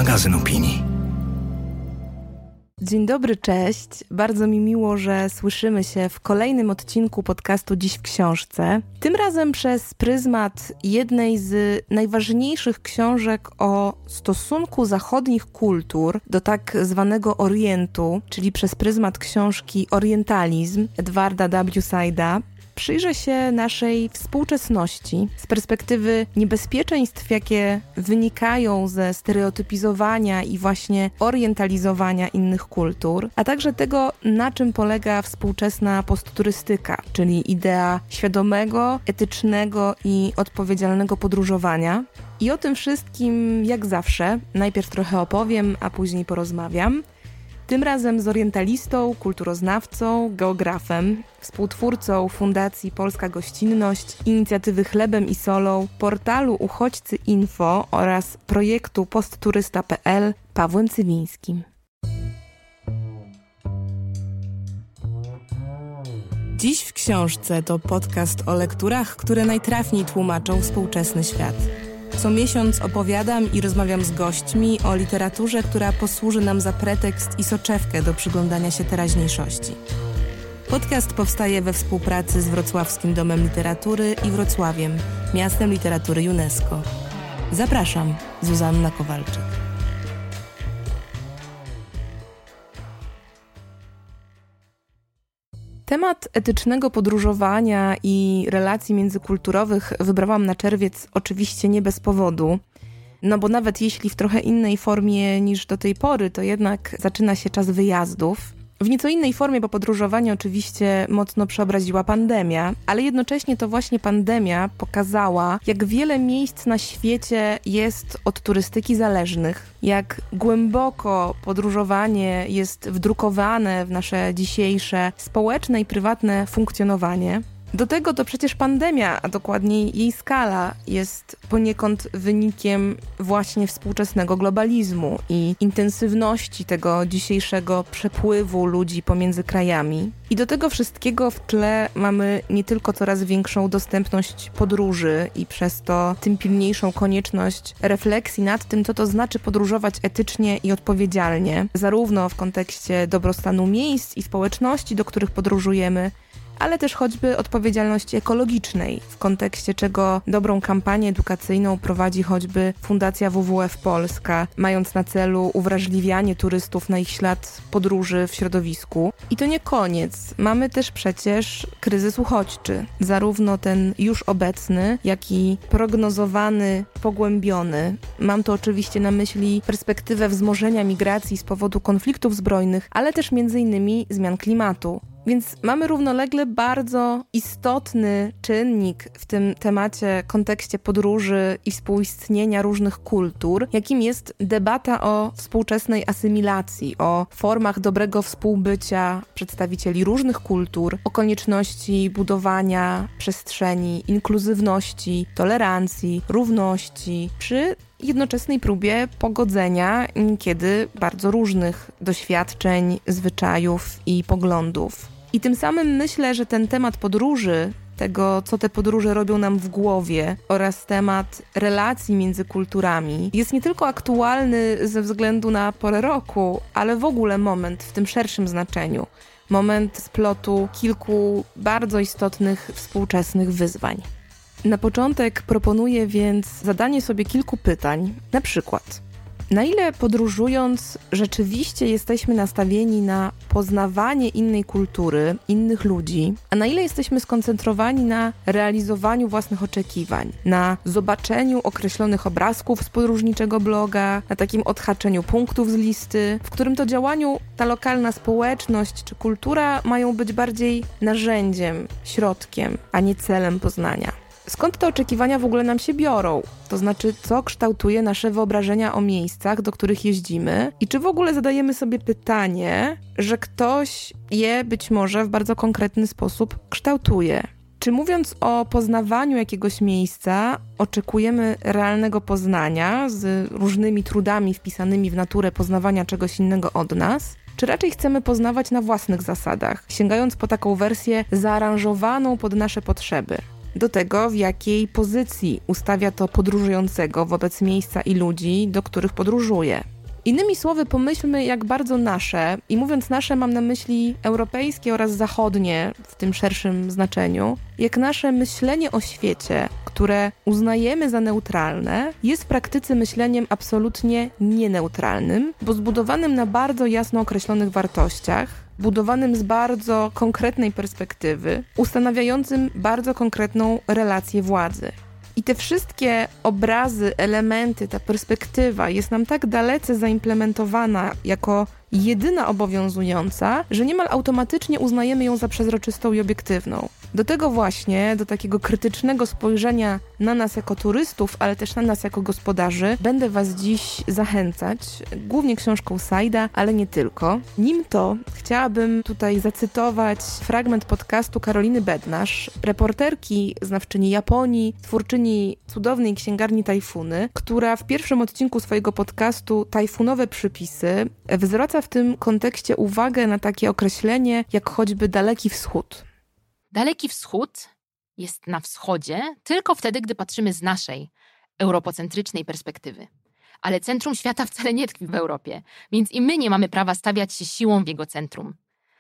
magazyn opinii. Dzień dobry, cześć. Bardzo mi miło, że słyszymy się w kolejnym odcinku podcastu Dziś w książce. Tym razem przez pryzmat jednej z najważniejszych książek o stosunku zachodnich kultur do tak zwanego Orientu, czyli przez pryzmat książki Orientalizm Edwarda W. Saida. Przyjrzę się naszej współczesności z perspektywy niebezpieczeństw, jakie wynikają ze stereotypizowania i właśnie orientalizowania innych kultur, a także tego, na czym polega współczesna postturystyka, czyli idea świadomego, etycznego i odpowiedzialnego podróżowania. I o tym wszystkim, jak zawsze, najpierw trochę opowiem, a później porozmawiam. Tym razem z orientalistą, kulturoznawcą, geografem, współtwórcą Fundacji Polska Gościnność, inicjatywy Chlebem i Solą, portalu Uchodźcy Info oraz projektu postturysta.pl Pawłem Cywińskim. Dziś w książce to podcast o lekturach, które najtrafniej tłumaczą współczesny świat. Co miesiąc opowiadam i rozmawiam z gośćmi o literaturze, która posłuży nam za pretekst i soczewkę do przyglądania się teraźniejszości. Podcast powstaje we współpracy z Wrocławskim Domem Literatury i Wrocławiem, Miastem Literatury UNESCO. Zapraszam, Zuzanna Kowalczyk. Temat etycznego podróżowania i relacji międzykulturowych wybrałam na czerwiec oczywiście nie bez powodu, no bo nawet jeśli w trochę innej formie niż do tej pory, to jednak zaczyna się czas wyjazdów. W nieco innej formie, bo podróżowanie oczywiście mocno przeobraziła pandemia, ale jednocześnie to właśnie pandemia pokazała, jak wiele miejsc na świecie jest od turystyki zależnych, jak głęboko podróżowanie jest wdrukowane w nasze dzisiejsze społeczne i prywatne funkcjonowanie. Do tego to przecież pandemia, a dokładniej jej skala, jest poniekąd wynikiem właśnie współczesnego globalizmu i intensywności tego dzisiejszego przepływu ludzi pomiędzy krajami. I do tego wszystkiego w tle mamy nie tylko coraz większą dostępność podróży i przez to tym pilniejszą konieczność refleksji nad tym, co to znaczy podróżować etycznie i odpowiedzialnie, zarówno w kontekście dobrostanu miejsc i społeczności, do których podróżujemy, ale też choćby odpowiedzialności ekologicznej, w kontekście czego dobrą kampanię edukacyjną prowadzi choćby Fundacja WWF Polska, mając na celu uwrażliwianie turystów na ich ślad podróży w środowisku. I to nie koniec. Mamy też przecież kryzys uchodźczy. Zarówno ten już obecny, jak i prognozowany, pogłębiony. Mam tu oczywiście na myśli perspektywę wzmożenia migracji z powodu konfliktów zbrojnych, ale też m.in. zmian klimatu. Więc mamy równolegle bardzo istotny czynnik w tym temacie, kontekście podróży i współistnienia różnych kultur, jakim jest debata o współczesnej asymilacji, o formach dobrego współbycia przedstawicieli różnych kultur, o konieczności budowania przestrzeni inkluzywności, tolerancji, równości, przy jednoczesnej próbie pogodzenia niekiedy bardzo różnych doświadczeń, zwyczajów i poglądów. I tym samym myślę, że ten temat podróży, tego, co te podróże robią nam w głowie oraz temat relacji między kulturami jest nie tylko aktualny ze względu na porę roku, ale w ogóle moment w tym szerszym znaczeniu. Moment splotu kilku bardzo istotnych współczesnych wyzwań. Na początek proponuję więc zadanie sobie kilku pytań, na przykład: na ile podróżując rzeczywiście jesteśmy nastawieni na poznawanie innej kultury, innych ludzi, a na ile jesteśmy skoncentrowani na realizowaniu własnych oczekiwań, na zobaczeniu określonych obrazków z podróżniczego bloga, na takim odhaczeniu punktów z listy, w którym to działaniu ta lokalna społeczność czy kultura mają być bardziej narzędziem, środkiem, a nie celem poznania. Skąd te oczekiwania w ogóle nam się biorą? To znaczy, co kształtuje nasze wyobrażenia o miejscach, do których jeździmy? I czy w ogóle zadajemy sobie pytanie, że ktoś je być może w bardzo konkretny sposób kształtuje? Czy mówiąc o poznawaniu jakiegoś miejsca, oczekujemy realnego poznania z różnymi trudami wpisanymi w naturę poznawania czegoś innego od nas? Czy raczej chcemy poznawać na własnych zasadach, sięgając po taką wersję zaaranżowaną pod nasze potrzeby? Do tego, w jakiej pozycji ustawia to podróżującego wobec miejsca i ludzi, do których podróżuje. Innymi słowy, pomyślmy, jak bardzo nasze, i mówiąc nasze mam na myśli europejskie oraz zachodnie w tym szerszym znaczeniu, jak nasze myślenie o świecie, które uznajemy za neutralne, jest w praktyce myśleniem absolutnie nieneutralnym, bo zbudowanym na bardzo jasno określonych wartościach, budowanym z bardzo konkretnej perspektywy, ustanawiającym bardzo konkretną relację władzy. I te wszystkie obrazy, elementy, ta perspektywa jest nam tak dalece zaimplementowana jako jedyna obowiązująca, że niemal automatycznie uznajemy ją za przezroczystą i obiektywną. Do tego właśnie, do takiego krytycznego spojrzenia na nas jako turystów, ale też na nas jako gospodarzy, będę Was dziś zachęcać, głównie książką Saida, ale nie tylko. Nim to chciałabym tutaj zacytować fragment podcastu Karoliny Bednarz, reporterki, znawczyni Japonii, twórczyni cudownej księgarni Tajfuny, która w pierwszym odcinku swojego podcastu Tajfunowe przypisy zwraca w tym kontekście uwagę na takie określenie jak choćby Daleki Wschód. Daleki Wschód jest na wschodzie tylko wtedy, gdy patrzymy z naszej, europocentrycznej perspektywy. Ale centrum świata wcale nie tkwi w Europie, więc i my nie mamy prawa stawiać się siłą w jego centrum.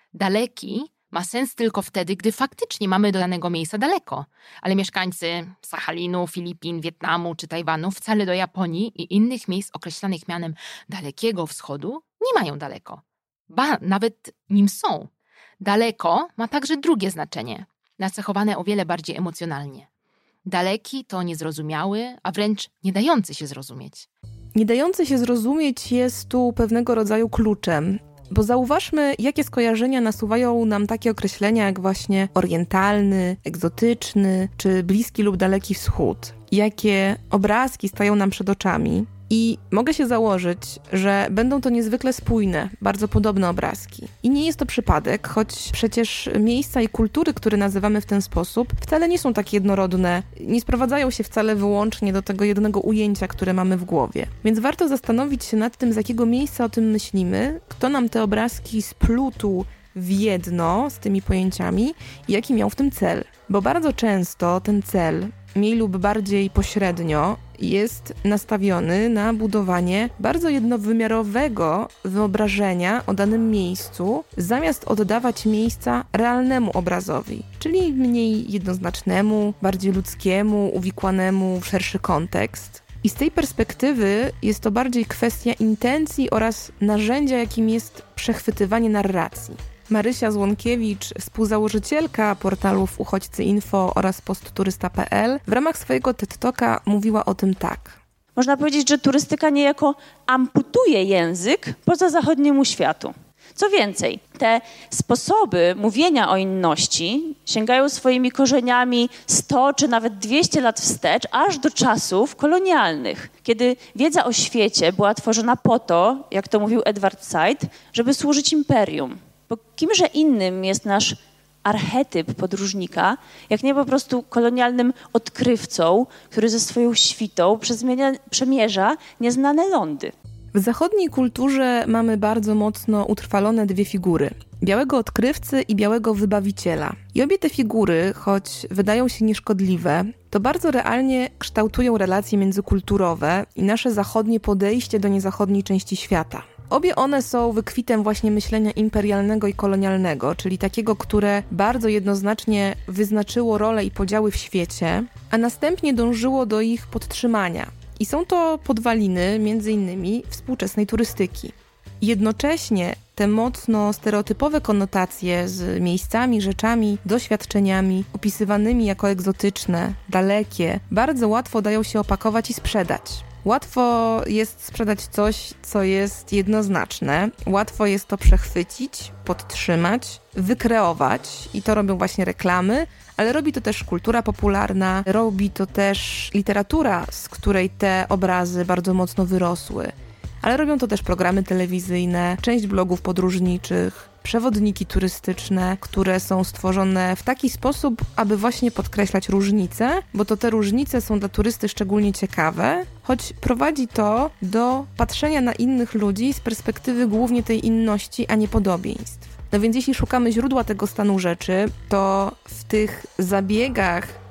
Daleki ma sens tylko wtedy, gdy faktycznie mamy do danego miejsca daleko. Ale mieszkańcy Sachalinu, Filipin, Wietnamu czy Tajwanu wcale do Japonii i innych miejsc określanych mianem Dalekiego Wschodu nie mają daleko. Ba, nawet nim są. Daleko ma także drugie znaczenie, nacechowane o wiele bardziej emocjonalnie. Daleki to niezrozumiały, a wręcz nie dający się zrozumieć. Nie dający się zrozumieć jest tu pewnego rodzaju kluczem, bo zauważmy, jakie skojarzenia nasuwają nam takie określenia jak właśnie orientalny, egzotyczny czy bliski lub daleki wschód. Jakie obrazki stają nam przed oczami. I mogę się założyć, że będą to niezwykle spójne, bardzo podobne obrazki. I nie jest to przypadek, choć przecież miejsca i kultury, które nazywamy w ten sposób, wcale nie są tak jednorodne, nie sprowadzają się wcale wyłącznie do tego jednego ujęcia, które mamy w głowie. Więc warto zastanowić się nad tym, z jakiego miejsca o tym myślimy, kto nam te obrazki splótł w jedno z tymi pojęciami i jaki miał w tym cel. Bo bardzo często ten cel, mniej lub bardziej pośrednio, jest nastawiony na budowanie bardzo jednowymiarowego wyobrażenia o danym miejscu, zamiast oddawać miejsca realnemu obrazowi, czyli mniej jednoznacznemu, bardziej ludzkiemu, uwikłanemu w szerszy kontekst. I z tej perspektywy jest to bardziej kwestia intencji oraz narzędzia, jakim jest przechwytywanie narracji. Marysia Złonkiewicz, współzałożycielka portalów Uchodźcy.info oraz postturysta.pl, w ramach swojego TED Talka mówiła o tym tak. Można powiedzieć, że turystyka niejako amputuje język poza zachodniemu światu. Co więcej, te sposoby mówienia o inności sięgają swoimi korzeniami 100 czy nawet 200 lat wstecz, aż do czasów kolonialnych, kiedy wiedza o świecie była tworzona po to, jak to mówił Edward Said, żeby służyć imperium. Bo kimże innym jest nasz archetyp podróżnika, jak nie po prostu kolonialnym odkrywcą, który ze swoją świtą przemierza nieznane lądy. W zachodniej kulturze mamy bardzo mocno utrwalone dwie figury. Białego odkrywcy i białego wybawiciela. I obie te figury, choć wydają się nieszkodliwe, to bardzo realnie kształtują relacje międzykulturowe i nasze zachodnie podejście do niezachodniej części świata. Obie one są wykwitem właśnie myślenia imperialnego i kolonialnego, czyli takiego, które bardzo jednoznacznie wyznaczyło role i podziały w świecie, a następnie dążyło do ich podtrzymania. I są to podwaliny, między innymi, współczesnej turystyki. Jednocześnie te mocno stereotypowe konotacje z miejscami, rzeczami, doświadczeniami opisywanymi jako egzotyczne, dalekie, bardzo łatwo dają się opakować i sprzedać. Łatwo jest sprzedać coś, co jest jednoznaczne. Łatwo jest to przechwycić, podtrzymać, wykreować i to robią właśnie reklamy, ale robi to też kultura popularna, robi to też literatura, z której te obrazy bardzo mocno wyrosły. Ale robią to też programy telewizyjne, część blogów podróżniczych, przewodniki turystyczne, które są stworzone w taki sposób, aby właśnie podkreślać różnice, bo to te różnice są dla turysty szczególnie ciekawe, choć prowadzi to do patrzenia na innych ludzi z perspektywy głównie tej inności, a nie podobieństw. No więc jeśli szukamy źródła tego stanu rzeczy, to w tych zabiegach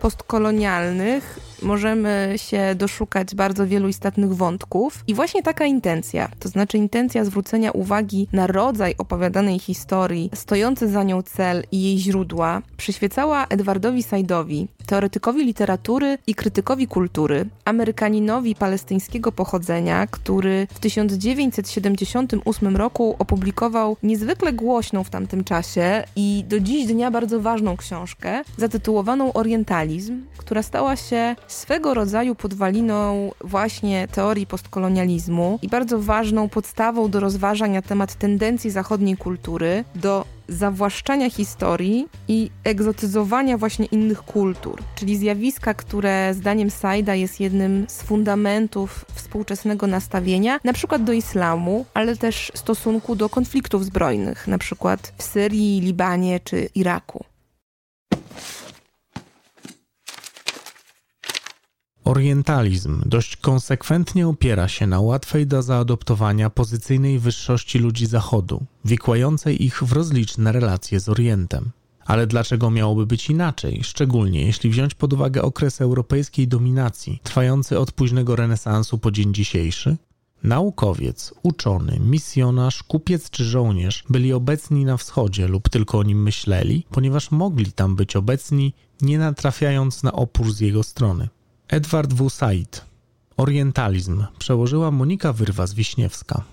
postkolonialnych możemy się doszukać bardzo wielu istotnych wątków i właśnie taka intencja, to znaczy intencja zwrócenia uwagi na rodzaj opowiadanej historii, stojący za nią cel i jej źródła, przyświecała Edwardowi Saidowi, teoretykowi literatury i krytykowi kultury, Amerykaninowi palestyńskiego pochodzenia, który w 1978 roku opublikował niezwykle głośną w tamtym czasie i do dziś dnia bardzo ważną książkę zatytułowaną Orientalizm, która stała się swego rodzaju podwaliną właśnie teorii postkolonializmu i bardzo ważną podstawą do rozważań na temat tendencji zachodniej kultury do zawłaszczania historii i egzotyzowania właśnie innych kultur, czyli zjawiska, które zdaniem Saida jest jednym z fundamentów współczesnego nastawienia, na przykład do islamu, ale też stosunku do konfliktów zbrojnych, na przykład w Syrii, Libanie czy Iraku. Orientalizm dość konsekwentnie opiera się na łatwej do zaadoptowania pozycyjnej wyższości ludzi Zachodu, wikłającej ich w rozliczne relacje z Orientem. Ale dlaczego miałoby być inaczej, szczególnie jeśli wziąć pod uwagę okres europejskiej dominacji, trwający od późnego renesansu po dzień dzisiejszy? Naukowiec, uczony, misjonarz, kupiec czy żołnierz byli obecni na wschodzie lub tylko o nim myśleli, ponieważ mogli tam być obecni, nie natrafiając na opór z jego strony. Edward W. Said. Orientalizm przełożyła Monika Wyrwas-Wiśniewska.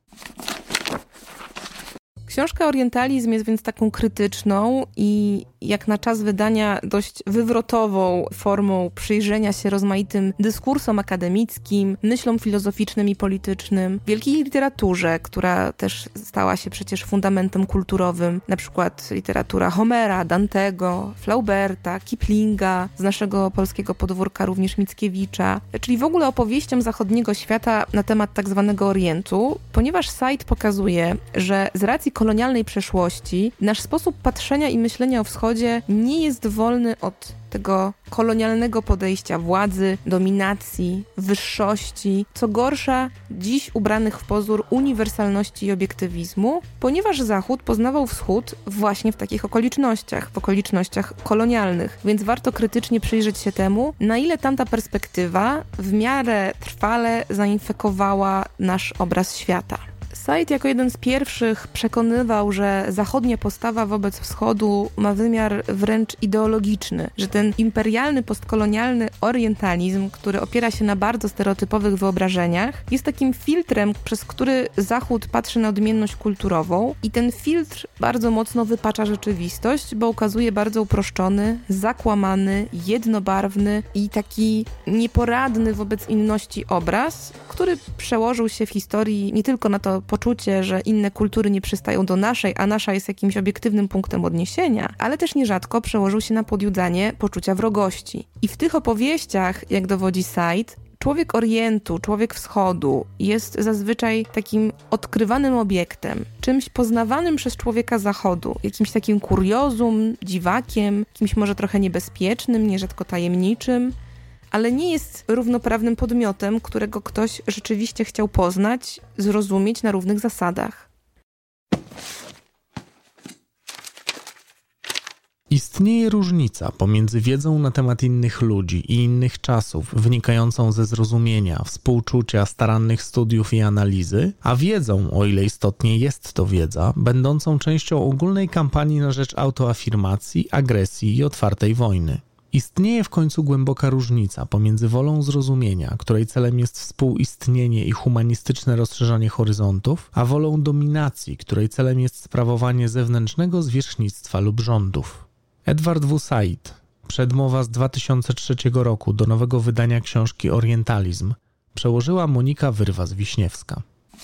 Książka Orientalizm jest więc taką krytyczną i jak na czas wydania dość wywrotową formą przyjrzenia się rozmaitym dyskursom akademickim, myślom filozoficznym i politycznym, wielkiej literaturze, która też stała się przecież fundamentem kulturowym, na przykład literatura Homera, Dantego, Flauberta, Kiplinga, z naszego polskiego podwórka również Mickiewicza, czyli w ogóle opowieściom zachodniego świata na temat tak zwanego Orientu, ponieważ Said pokazuje, że z racji kolonialnej przeszłości nasz sposób patrzenia i myślenia o wschodzie nie jest wolny od tego kolonialnego podejścia władzy, dominacji, wyższości, co gorsza, dziś ubranych w pozór uniwersalności i obiektywizmu, ponieważ Zachód poznawał Wschód właśnie w takich okolicznościach, w okolicznościach kolonialnych, więc warto krytycznie przyjrzeć się temu, na ile tamta perspektywa w miarę trwale zainfekowała nasz obraz świata. Said jako jeden z pierwszych przekonywał, że zachodnia postawa wobec wschodu ma wymiar wręcz ideologiczny, że ten imperialny, postkolonialny orientalizm, który opiera się na bardzo stereotypowych wyobrażeniach, jest takim filtrem, przez który Zachód patrzy na odmienność kulturową i ten filtr bardzo mocno wypacza rzeczywistość, bo ukazuje bardzo uproszczony, zakłamany, jednobarwny i taki nieporadny wobec inności obraz, który przełożył się w historii nie tylko na to poczucie, że inne kultury nie przystają do naszej, a nasza jest jakimś obiektywnym punktem odniesienia, ale też nierzadko przełożył się na podjudzanie poczucia wrogości. I w tych opowieściach, jak dowodzi Said, człowiek Orientu, człowiek Wschodu jest zazwyczaj takim odkrywanym obiektem, czymś poznawanym przez człowieka Zachodu, jakimś takim kuriozum, dziwakiem, kimś może trochę niebezpiecznym, nierzadko tajemniczym, ale nie jest równoprawnym podmiotem, którego ktoś rzeczywiście chciał poznać, zrozumieć na równych zasadach. Istnieje różnica pomiędzy wiedzą na temat innych ludzi i innych czasów, wynikającą ze zrozumienia, współczucia, starannych studiów i analizy, a wiedzą, o ile istotnie jest to wiedza, będącą częścią ogólnej kampanii na rzecz autoafirmacji, agresji i otwartej wojny. Istnieje w końcu głęboka różnica pomiędzy wolą zrozumienia, której celem jest współistnienie i humanistyczne rozszerzanie horyzontów, a wolą dominacji, której celem jest sprawowanie zewnętrznego zwierzchnictwa lub rządów. Edward W. Said, przedmowa z 2003 roku do nowego wydania książki Orientalizm, przełożyła Monika Wyrwas-Wiśniewska.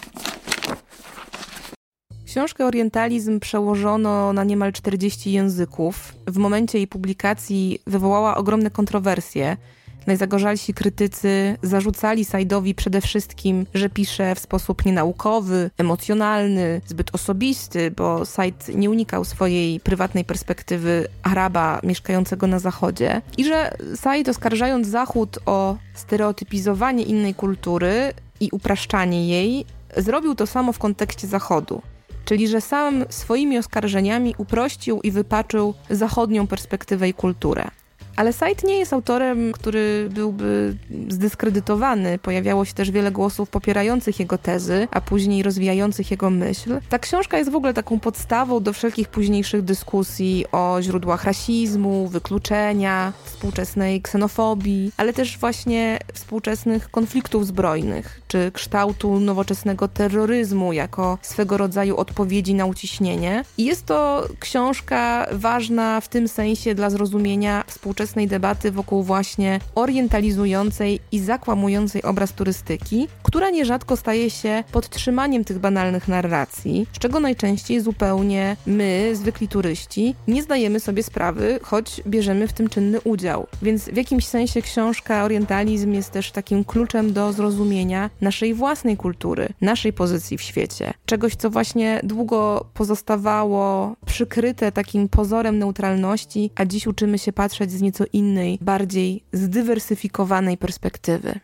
Książkę Orientalizm przełożono na niemal 40 języków. W momencie jej publikacji wywołała ogromne kontrowersje. Najzagorzalsi krytycy zarzucali Saidowi przede wszystkim, że pisze w sposób nienaukowy, emocjonalny, zbyt osobisty, bo Said nie unikał swojej prywatnej perspektywy Araba mieszkającego na Zachodzie i że Said, oskarżając Zachód o stereotypizowanie innej kultury i upraszczanie jej, zrobił to samo w kontekście Zachodu. Czyli że sam swoimi oskarżeniami uprościł i wypaczył zachodnią perspektywę i kulturę. Ale Said nie jest autorem, który byłby zdyskredytowany. Pojawiało się też wiele głosów popierających jego tezy, a później rozwijających jego myśl. Ta książka jest w ogóle taką podstawą do wszelkich późniejszych dyskusji o źródłach rasizmu, wykluczenia, współczesnej ksenofobii, ale też właśnie współczesnych konfliktów zbrojnych, czy kształtu nowoczesnego terroryzmu jako swego rodzaju odpowiedzi na uciśnienie. I jest to książka ważna w tym sensie dla zrozumienia współczesnej debaty wokół właśnie orientalizującej i zakłamującej obraz turystyki, która nierzadko staje się podtrzymaniem tych banalnych narracji, z czego najczęściej zupełnie my, zwykli turyści, nie zdajemy sobie sprawy, choć bierzemy w tym czynny udział. Więc w jakimś sensie książka Orientalizm jest też takim kluczem do zrozumienia naszej własnej kultury, naszej pozycji w świecie. Czegoś, co właśnie długo pozostawało przykryte takim pozorem neutralności, a dziś uczymy się patrzeć z nieco innej, bardziej zdywersyfikowanej perspektywy.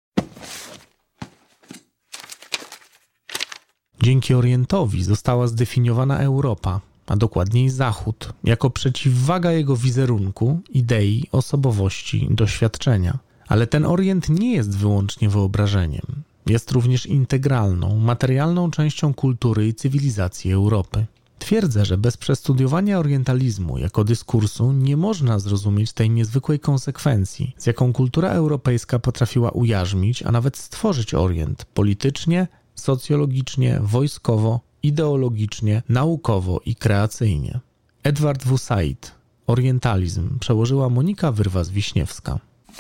Dzięki Orientowi została zdefiniowana Europa, a dokładniej Zachód, jako przeciwwaga jego wizerunku, idei, osobowości, doświadczenia. Ale ten Orient nie jest wyłącznie wyobrażeniem. Jest również integralną, materialną częścią kultury i cywilizacji Europy. Twierdzę, że bez przestudiowania orientalizmu jako dyskursu nie można zrozumieć tej niezwykłej konsekwencji, z jaką kultura europejska potrafiła ujarzmić, a nawet stworzyć Orient politycznie, socjologicznie, wojskowo, ideologicznie, naukowo i kreacyjnie. Edward W. Said, Orientalizm, przełożyła Monika Wyrwas-Wiśniewska.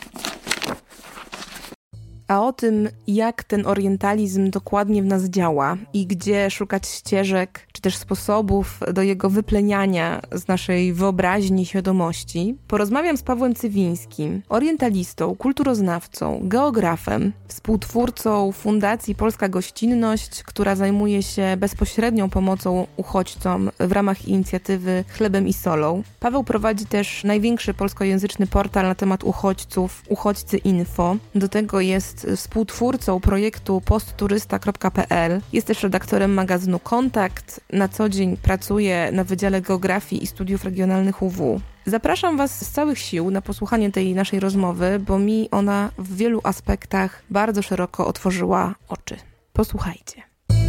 A o tym, jak ten orientalizm dokładnie w nas działa i gdzie szukać ścieżek, czy też sposobów do jego wypleniania z naszej wyobraźni i świadomości, porozmawiam z Pawłem Cywińskim, orientalistą, kulturoznawcą, geografem, współtwórcą Fundacji Polska Gościnność, która zajmuje się bezpośrednią pomocą uchodźcom w ramach inicjatywy Chlebem i Solą. Paweł prowadzi też największy polskojęzyczny portal na temat uchodźców, Uchodźcy Info. Do tego jest współtwórcą projektu postturysta.pl. Jest też redaktorem magazynu Kontakt. Na co dzień pracuje na Wydziale Geografii i Studiów Regionalnych UW. Zapraszam Was z całych sił na posłuchanie tej naszej rozmowy, bo mi ona w wielu aspektach bardzo szeroko otworzyła oczy. Posłuchajcie.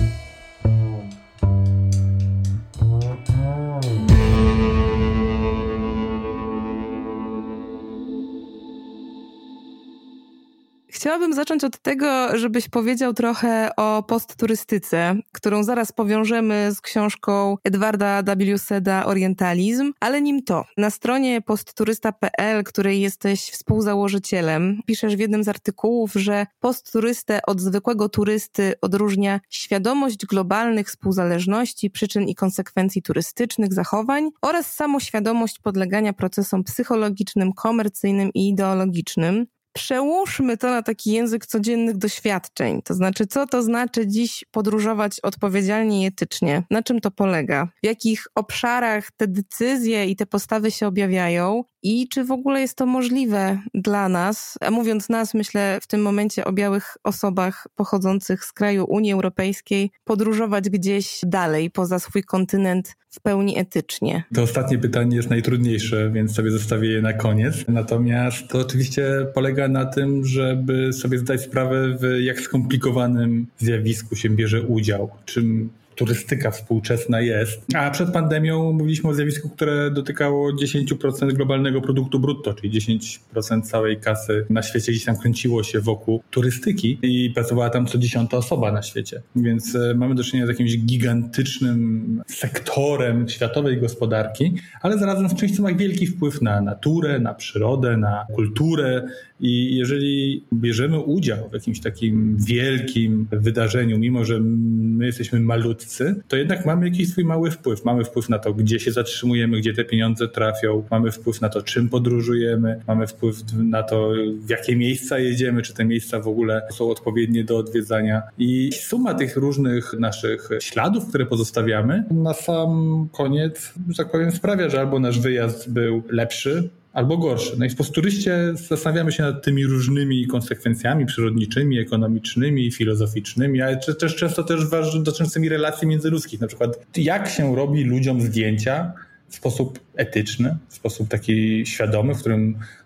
Chciałabym zacząć od tego, żebyś powiedział trochę o postturystyce, którą zaraz powiążemy z książką Edwarda W. Saida Orientalizm, ale nim to. Na stronie postturysta.pl, której jesteś współzałożycielem, piszesz w jednym z artykułów, że postturystę od zwykłego turysty odróżnia świadomość globalnych współzależności, przyczyn i konsekwencji turystycznych zachowań oraz samoświadomość podlegania procesom psychologicznym, komercyjnym i ideologicznym. Przełóżmy to na taki język codziennych doświadczeń. To znaczy, co to znaczy dziś podróżować odpowiedzialnie i etycznie? Na czym to polega? W jakich obszarach te decyzje i te postawy się objawiają? I czy w ogóle jest to możliwe dla nas? A mówiąc nas, myślę w tym momencie o białych osobach pochodzących z kraju Unii Europejskiej, podróżować gdzieś dalej, poza swój kontynent w pełni etycznie. To ostatnie pytanie jest najtrudniejsze, więc sobie zostawię je na koniec. Natomiast to oczywiście polega na tym, żeby sobie zdać sprawę, w jak skomplikowanym zjawisku się bierze udział, czym turystyka współczesna jest. A przed pandemią mówiliśmy o zjawisku, które dotykało 10% globalnego produktu brutto, czyli 10% całej kasy na świecie gdzieś tam kręciło się wokół turystyki i pracowała tam co 10. osoba na świecie. Więc mamy do czynienia z jakimś gigantycznym sektorem światowej gospodarki, ale zarazem z czymś, co ma wielki wpływ na naturę, na przyrodę, na kulturę. I jeżeli bierzemy udział w jakimś takim wielkim wydarzeniu, mimo że my jesteśmy malutcy, to jednak mamy jakiś swój mały wpływ. Mamy wpływ na to, gdzie się zatrzymujemy, gdzie te pieniądze trafią. Mamy wpływ na to, czym podróżujemy. Mamy wpływ na to, w jakie miejsca jedziemy, czy te miejsca w ogóle są odpowiednie do odwiedzania. I suma tych różnych naszych śladów, które pozostawiamy, na sam koniec, że tak powiem, sprawia, że albo nasz wyjazd był lepszy, albo gorszy. No i w postturyście zastanawiamy się nad tymi różnymi konsekwencjami przyrodniczymi, ekonomicznymi, filozoficznymi, ale też często dotyczącymi relacji międzyludzkich. Na przykład jak się robi ludziom zdjęcia w sposób etyczny, w sposób taki świadomy, w którym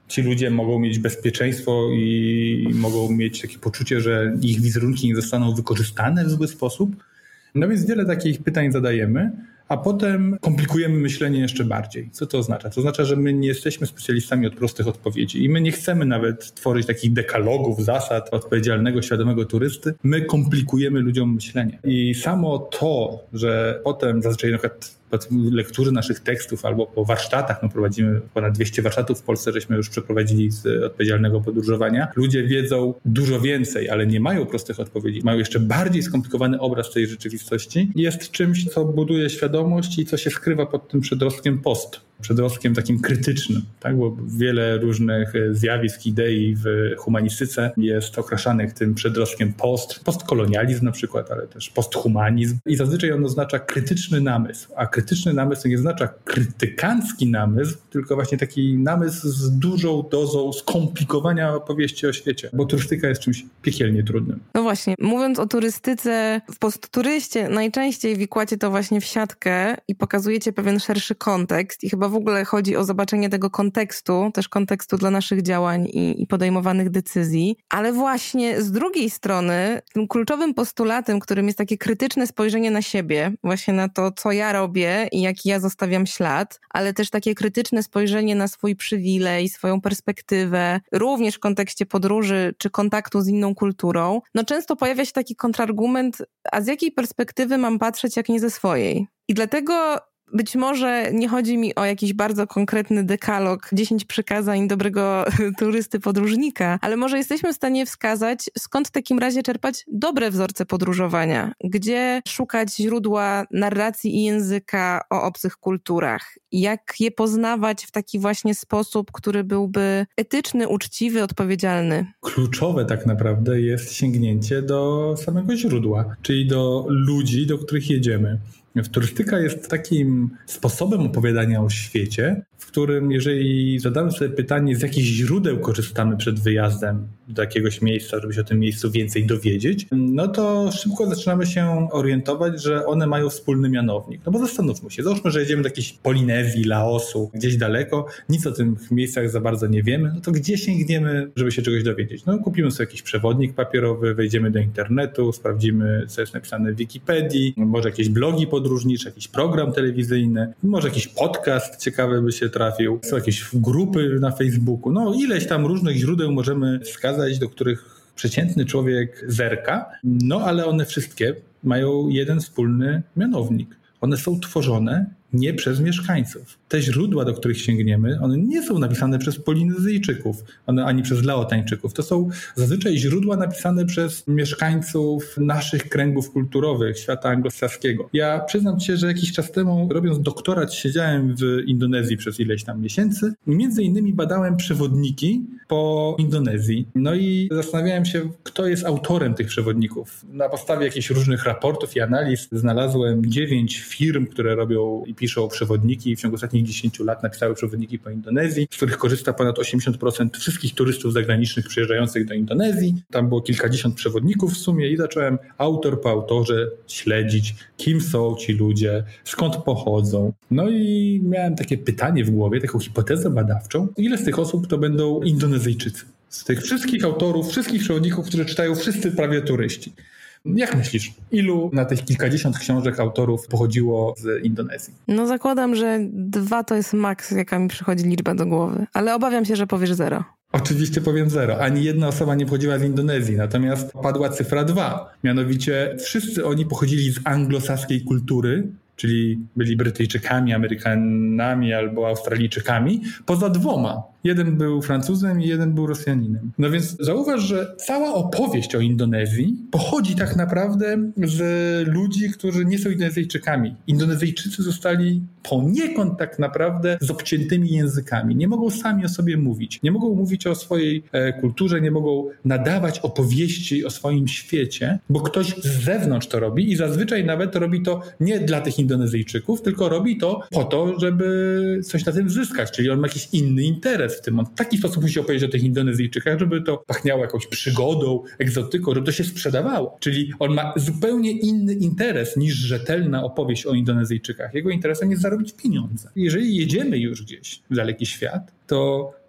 Ci ludzie mogą mieć bezpieczeństwo i mogą mieć takie poczucie, że ich wizerunki nie zostaną wykorzystane w zły sposób. No więc wiele takich pytań zadajemy, a potem komplikujemy myślenie jeszcze bardziej. Co to oznacza? To oznacza, że my nie jesteśmy specjalistami od prostych odpowiedzi i my nie chcemy nawet tworzyć takich dekalogów, zasad odpowiedzialnego, świadomego turysty. My komplikujemy ludziom myślenie. I samo to, że potem zazwyczaj na przykład po lekturze naszych tekstów albo po warsztatach, prowadzimy ponad 200 warsztatów w Polsce, żeśmy już przeprowadzili z odpowiedzialnego podróżowania. Ludzie wiedzą dużo więcej, ale nie mają prostych odpowiedzi. Mają jeszcze bardziej skomplikowany obraz tej rzeczywistości. Jest czymś, co buduje świadomość i co się skrywa pod tym przedrostkiem post. Przedrostkiem takim krytycznym, tak? Bo wiele różnych zjawisk, idei w humanistyce jest okraszanych tym przedrostkiem postkolonializm na przykład, ale też posthumanizm i zazwyczaj on oznacza krytyczny namysł, a krytyczny namysł to nie oznacza krytykancki namysł, tylko właśnie taki namysł z dużą dozą skomplikowania opowieści o świecie, bo turystyka jest czymś piekielnie trudnym. No właśnie, mówiąc o turystyce, w postturyście najczęściej wikłacie to właśnie w siatkę i pokazujecie pewien szerszy kontekst i chyba w ogóle chodzi o zobaczenie tego kontekstu, też kontekstu dla naszych działań i podejmowanych decyzji. Ale właśnie z drugiej strony tym kluczowym postulatem, którym jest takie krytyczne spojrzenie na siebie, właśnie na to, co ja robię i jaki ja zostawiam ślad, ale też takie krytyczne spojrzenie na swój przywilej, swoją perspektywę, również w kontekście podróży czy kontaktu z inną kulturą, no często pojawia się taki kontrargument, a z jakiej perspektywy mam patrzeć, jak nie ze swojej? I dlatego być może nie chodzi mi o jakiś bardzo konkretny dekalog, 10 przykazań dobrego turysty, podróżnika, ale może jesteśmy w stanie wskazać, skąd w takim razie czerpać dobre wzorce podróżowania, gdzie szukać źródła narracji i języka o obcych kulturach, jak je poznawać w taki właśnie sposób, który byłby etyczny, uczciwy, odpowiedzialny. Kluczowe tak naprawdę jest sięgnięcie do samego źródła, czyli do ludzi, do których jedziemy. Turystyka jest takim sposobem opowiadania o świecie, w którym jeżeli zadamy sobie pytanie, z jakich źródeł korzystamy przed wyjazdem do jakiegoś miejsca, żeby się o tym miejscu więcej dowiedzieć, no to szybko zaczynamy się orientować, że one mają wspólny mianownik. No bo zastanówmy się, załóżmy, że jedziemy do jakiejś Polinezji, Laosu, gdzieś daleko, nic o tych miejscach za bardzo nie wiemy, no to gdzie sięgniemy, żeby się czegoś dowiedzieć? No kupimy sobie jakiś przewodnik papierowy, wejdziemy do internetu, sprawdzimy, co jest napisane w Wikipedii, może jakieś blogi podróżnicze, jakiś program telewizyjny, może jakiś podcast ciekawy by się trafił, są jakieś grupy na Facebooku, no ileś tam różnych źródeł możemy wskazać, do których przeciętny człowiek zerka, no ale one wszystkie mają jeden wspólny mianownik. One są tworzone nie przez mieszkańców. Te źródła, do których sięgniemy, one nie są napisane przez Polinezyjczyków, ani przez Laotańczyków. To są zazwyczaj źródła napisane przez mieszkańców naszych kręgów kulturowych, świata anglosaskiego. Ja przyznam się, że jakiś czas temu, robiąc doktorat, siedziałem w Indonezji przez ileś tam miesięcy i między innymi badałem przewodniki po Indonezji. No i zastanawiałem się, kto jest autorem tych przewodników. Na podstawie jakichś różnych raportów i analiz znalazłem 9 firm, które robią i piszą przewodniki i w ciągu ostatnich 10 lat napisały przewodniki po Indonezji, z których korzysta ponad 80% wszystkich turystów zagranicznych przyjeżdżających do Indonezji. Tam było kilkadziesiąt przewodników w sumie i zacząłem autor po autorze śledzić, kim są ci ludzie, skąd pochodzą. No i miałem takie pytanie w głowie, taką hipotezę badawczą, ile z tych osób to będą Indonezyjczycy? Z tych wszystkich autorów, wszystkich przewodników, które czytają wszyscy prawie turyści. Jak myślisz, ilu na tych kilkadziesiąt książek autorów pochodziło z Indonezji? No zakładam, że 2 to jest maks, jaka mi przychodzi liczba do głowy, ale obawiam się, że powiesz 0. Oczywiście powiem 0. Ani jedna osoba nie pochodziła z Indonezji, natomiast padła cyfra 2. Mianowicie wszyscy oni pochodzili z anglosaskiej kultury, czyli byli Brytyjczykami, Amerykanami albo Australijczykami, poza 2. Jeden był Francuzem i jeden był Rosjaninem. No więc zauważ, że cała opowieść o Indonezji pochodzi tak naprawdę z ludzi, którzy nie są Indonezyjczykami. Indonezyjczycy zostali poniekąd tak naprawdę z obciętymi językami. Nie mogą sami o sobie mówić. Nie mogą mówić o swojej kulturze, nie mogą nadawać opowieści o swoim świecie, bo ktoś z zewnątrz to robi i zazwyczaj nawet robi to nie dla tych Indonezyjczyków, tylko robi to po to, żeby coś na tym zyskać. Czyli on ma jakiś inny interes w tym. On w taki sposób musi opowiedzieć o tych Indonezyjczykach, żeby to pachniało jakąś przygodą, egzotyką, żeby to się sprzedawało. Czyli on ma zupełnie inny interes niż rzetelna opowieść o Indonezyjczykach. Jego interesem jest zarobić pieniądze. Jeżeli jedziemy już gdzieś w daleki świat, to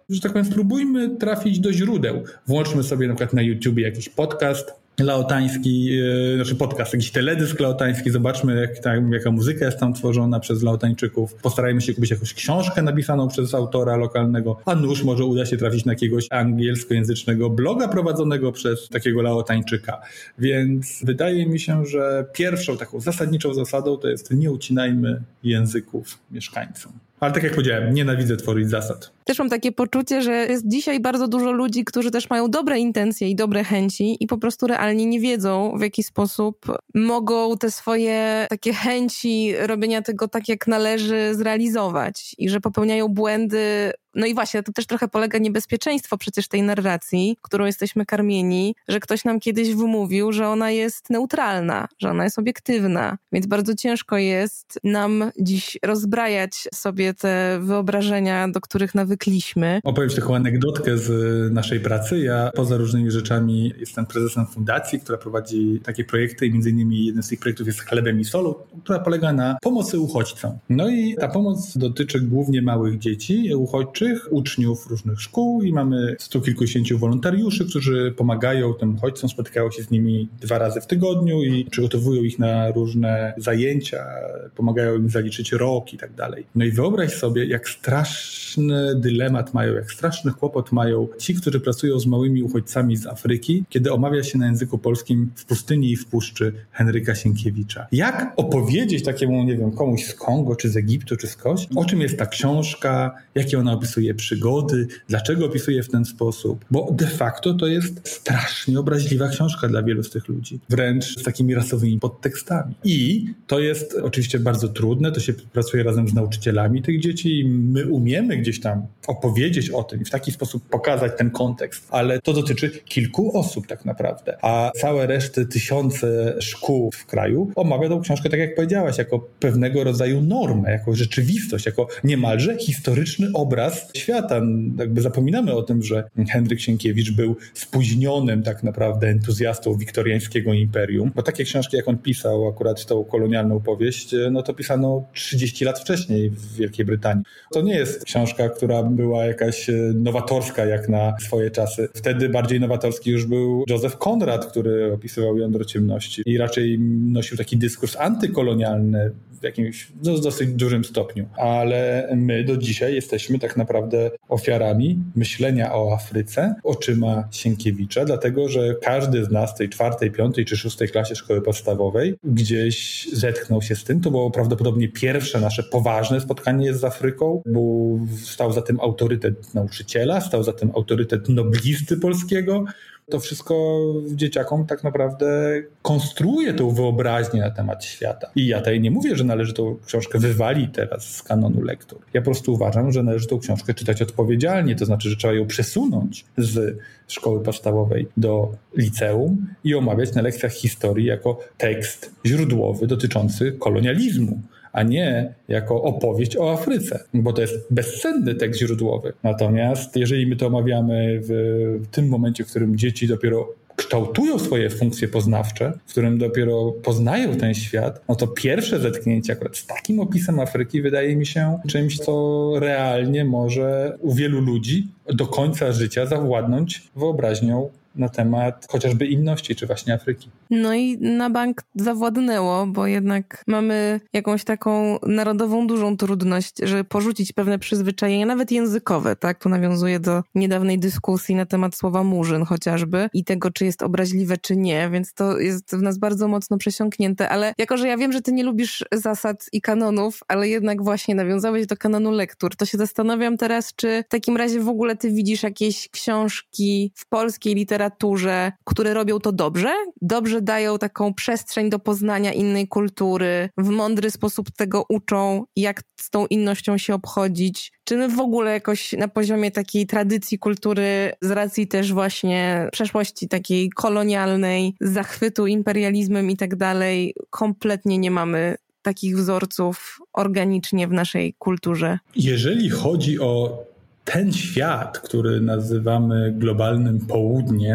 że tak powiem, spróbujmy trafić do źródeł. Włączmy sobie na przykład na YouTubie jakiś podcast laotański, podcast, jakiś teledysk laotański, zobaczmy jaka muzyka jest tam tworzona przez Laotańczyków. Postarajmy się kupić jakąś książkę napisaną przez autora lokalnego, a nuż może uda się trafić na jakiegoś angielskojęzycznego bloga prowadzonego przez takiego Laotańczyka. Więc wydaje mi się, że pierwszą taką zasadniczą zasadą to jest nie ucinajmy języków mieszkańcom. Ale tak jak powiedziałem, nienawidzę tworzyć zasad. Też mam takie poczucie, że jest dzisiaj bardzo dużo ludzi, którzy też mają dobre intencje i dobre chęci i po prostu realnie nie wiedzą, w jaki sposób mogą te swoje takie chęci robienia tego tak, jak należy, zrealizować i że popełniają błędy. No i właśnie, to też trochę polega niebezpieczeństwo przecież tej narracji, którą jesteśmy karmieni, że ktoś nam kiedyś wymówił, że ona jest neutralna, że ona jest obiektywna. Więc bardzo ciężko jest nam dziś rozbrajać sobie te wyobrażenia, do których nawykliśmy. Opowiem taką anegdotkę z naszej pracy. Ja poza różnymi rzeczami jestem prezesem fundacji, która prowadzi takie projekty i między innymi jeden z tych projektów jest Chlebem i Solą, która polega na pomocy uchodźcom. No i ta pomoc dotyczy głównie małych dzieci, uchodźczych, uczniów różnych szkół i mamy 100 kilkudziesięciu wolontariuszy, którzy pomagają tym uchodźcom, spotykają się z nimi 2 razy w tygodniu i przygotowują ich na różne zajęcia, pomagają im zaliczyć rok i tak dalej. No i wyobraź sobie, jak straszny dylemat mają, jak straszny kłopot mają ci, którzy pracują z małymi uchodźcami z Afryki, kiedy omawia się na języku polskim W pustyni i w puszczy Henryka Sienkiewicza. Jak opowiedzieć takiemu, nie wiem, komuś z Kongo, czy z Egiptu, czy skądś, o czym jest ta książka, jakie ona opisuje przygody, dlaczego opisuje w ten sposób, bo de facto to jest strasznie obraźliwa książka dla wielu z tych ludzi, wręcz z takimi rasowymi podtekstami. I to jest oczywiście bardzo trudne, to się pracuje razem z nauczycielami tych dzieci i my umiemy gdzieś tam opowiedzieć o tym i w taki sposób pokazać ten kontekst, ale to dotyczy kilku osób tak naprawdę, a całe reszty tysiące szkół w kraju omawia tą książkę, tak jak powiedziałaś, jako pewnego rodzaju normę, jako rzeczywistość, jako niemalże historyczny obraz świata. Jakby zapominamy o tym, że Henryk Sienkiewicz był spóźnionym tak naprawdę entuzjastą wiktoriańskiego imperium, bo takie książki, jak on pisał, akurat tą kolonialną powieść, no to pisano 30 lat wcześniej w Wielkiej Brytanii. To nie jest książka, która była jakaś nowatorska jak na swoje czasy. Wtedy bardziej nowatorski już był Joseph Conrad, który opisywał jądro ciemności i raczej nosił taki dyskurs antykolonialny w jakimś dosyć dużym stopniu. Ale my do dzisiaj jesteśmy tak naprawdę ofiarami myślenia o Afryce oczyma Sienkiewicza, dlatego że każdy z nas w tej 4., 5. czy 6. klasie szkoły podstawowej gdzieś zetknął się z tym. To było prawdopodobnie pierwsze nasze poważne spotkanie z Afryką, bo stał za tym autorytet nauczyciela, stał za tym autorytet noblisty polskiego. To wszystko dzieciakom tak naprawdę konstruuje tą wyobraźnię na temat świata. I ja tutaj nie mówię, że należy tą książkę wywalić teraz z kanonu lektur. Ja po prostu uważam, że należy tą książkę czytać odpowiedzialnie, to znaczy, że trzeba ją przesunąć z szkoły podstawowej do liceum i omawiać na lekcjach historii jako tekst źródłowy dotyczący kolonializmu, a nie jako opowieść o Afryce, bo to jest bezcenny tekst źródłowy. Natomiast jeżeli my to omawiamy w tym momencie, w którym dzieci dopiero kształtują swoje funkcje poznawcze, w którym dopiero poznają ten świat, no to pierwsze zetknięcie akurat z takim opisem Afryki wydaje mi się czymś, co realnie może u wielu ludzi do końca życia zawładnąć wyobraźnią na temat chociażby inności, czy właśnie Afryki. No i na bank zawładnęło, bo jednak mamy jakąś taką narodową dużą trudność, żeby porzucić pewne przyzwyczajenia, nawet językowe, tak? Tu nawiązuję do niedawnej dyskusji na temat słowa murzyn chociażby i tego, czy jest obraźliwe, czy nie, więc to jest w nas bardzo mocno przesiąknięte, ale jako, że ja wiem, że ty nie lubisz zasad i kanonów, ale jednak właśnie nawiązałeś do kanonu lektur, to się zastanawiam teraz, czy w takim razie w ogóle ty widzisz jakieś książki w polskiej literaturze, które robią to dobrze? Dobrze dają taką przestrzeń do poznania innej kultury, w mądry sposób tego uczą, jak z tą innością się obchodzić. Czy my w ogóle jakoś na poziomie takiej tradycji kultury, z racji też właśnie przeszłości takiej kolonialnej, zachwytu imperializmem i tak dalej, kompletnie nie mamy takich wzorców organicznie w naszej kulturze? Jeżeli chodzi o ten świat, który nazywamy globalnym południem,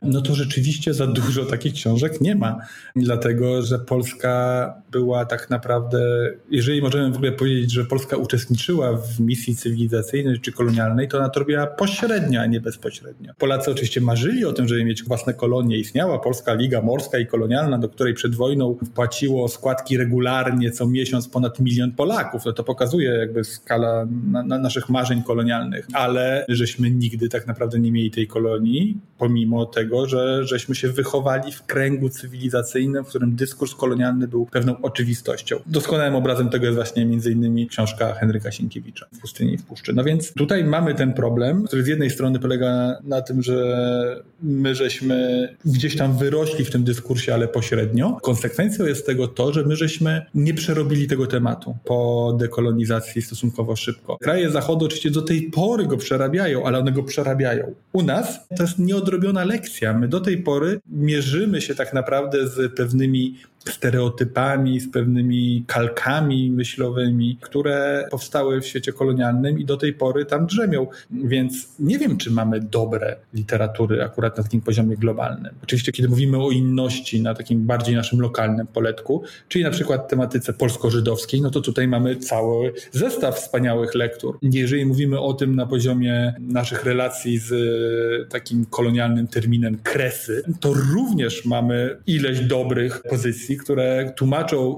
no to rzeczywiście za dużo takich książek nie ma. Dlatego, że Polska była tak naprawdę, jeżeli możemy w ogóle powiedzieć, że Polska uczestniczyła w misji cywilizacyjnej czy kolonialnej, to ona to robiła pośrednio, a nie bezpośrednio. Polacy oczywiście marzyli o tym, żeby mieć własne kolonie. Istniała Polska Liga Morska i Kolonialna, do której przed wojną wpłaciło składki regularnie co miesiąc ponad 1 milion Polaków. No to pokazuje jakby skala naszych marzeń kolonialnych. Ale żeśmy nigdy tak naprawdę nie mieli tej kolonii, pomimo tego, że żeśmy się wychowali w kręgu cywilizacyjnym, w którym dyskurs kolonialny był pewną oczywistością. Doskonałym obrazem tego jest właśnie między innymi książka Henryka Sienkiewicza W pustyni i w puszczy. No więc tutaj mamy ten problem, który z jednej strony polega na tym, że my żeśmy gdzieś tam wyrośli w tym dyskursie, ale pośrednio. Konsekwencją jest tego to, że my żeśmy nie przerobili tego tematu po dekolonizacji stosunkowo szybko. Kraje Zachodu oczywiście do tej pory go przerabiają, ale one go przerabiają. U nas to jest nieodrobiona lekcja. My do tej pory mierzymy się tak naprawdę z pewnymi stereotypami, z pewnymi kalkami myślowymi, które powstały w świecie kolonialnym i do tej pory tam drzemią. Więc nie wiem, czy mamy dobre literatury akurat na takim poziomie globalnym. Oczywiście, kiedy mówimy o inności na takim bardziej naszym lokalnym poletku, czyli na przykład tematyce polsko-żydowskiej, no to tutaj mamy cały zestaw wspaniałych lektur. Jeżeli mówimy o tym na poziomie naszych relacji z takim kolonialnym terminem kresy, to również mamy ileś dobrych pozycji, które tłumaczą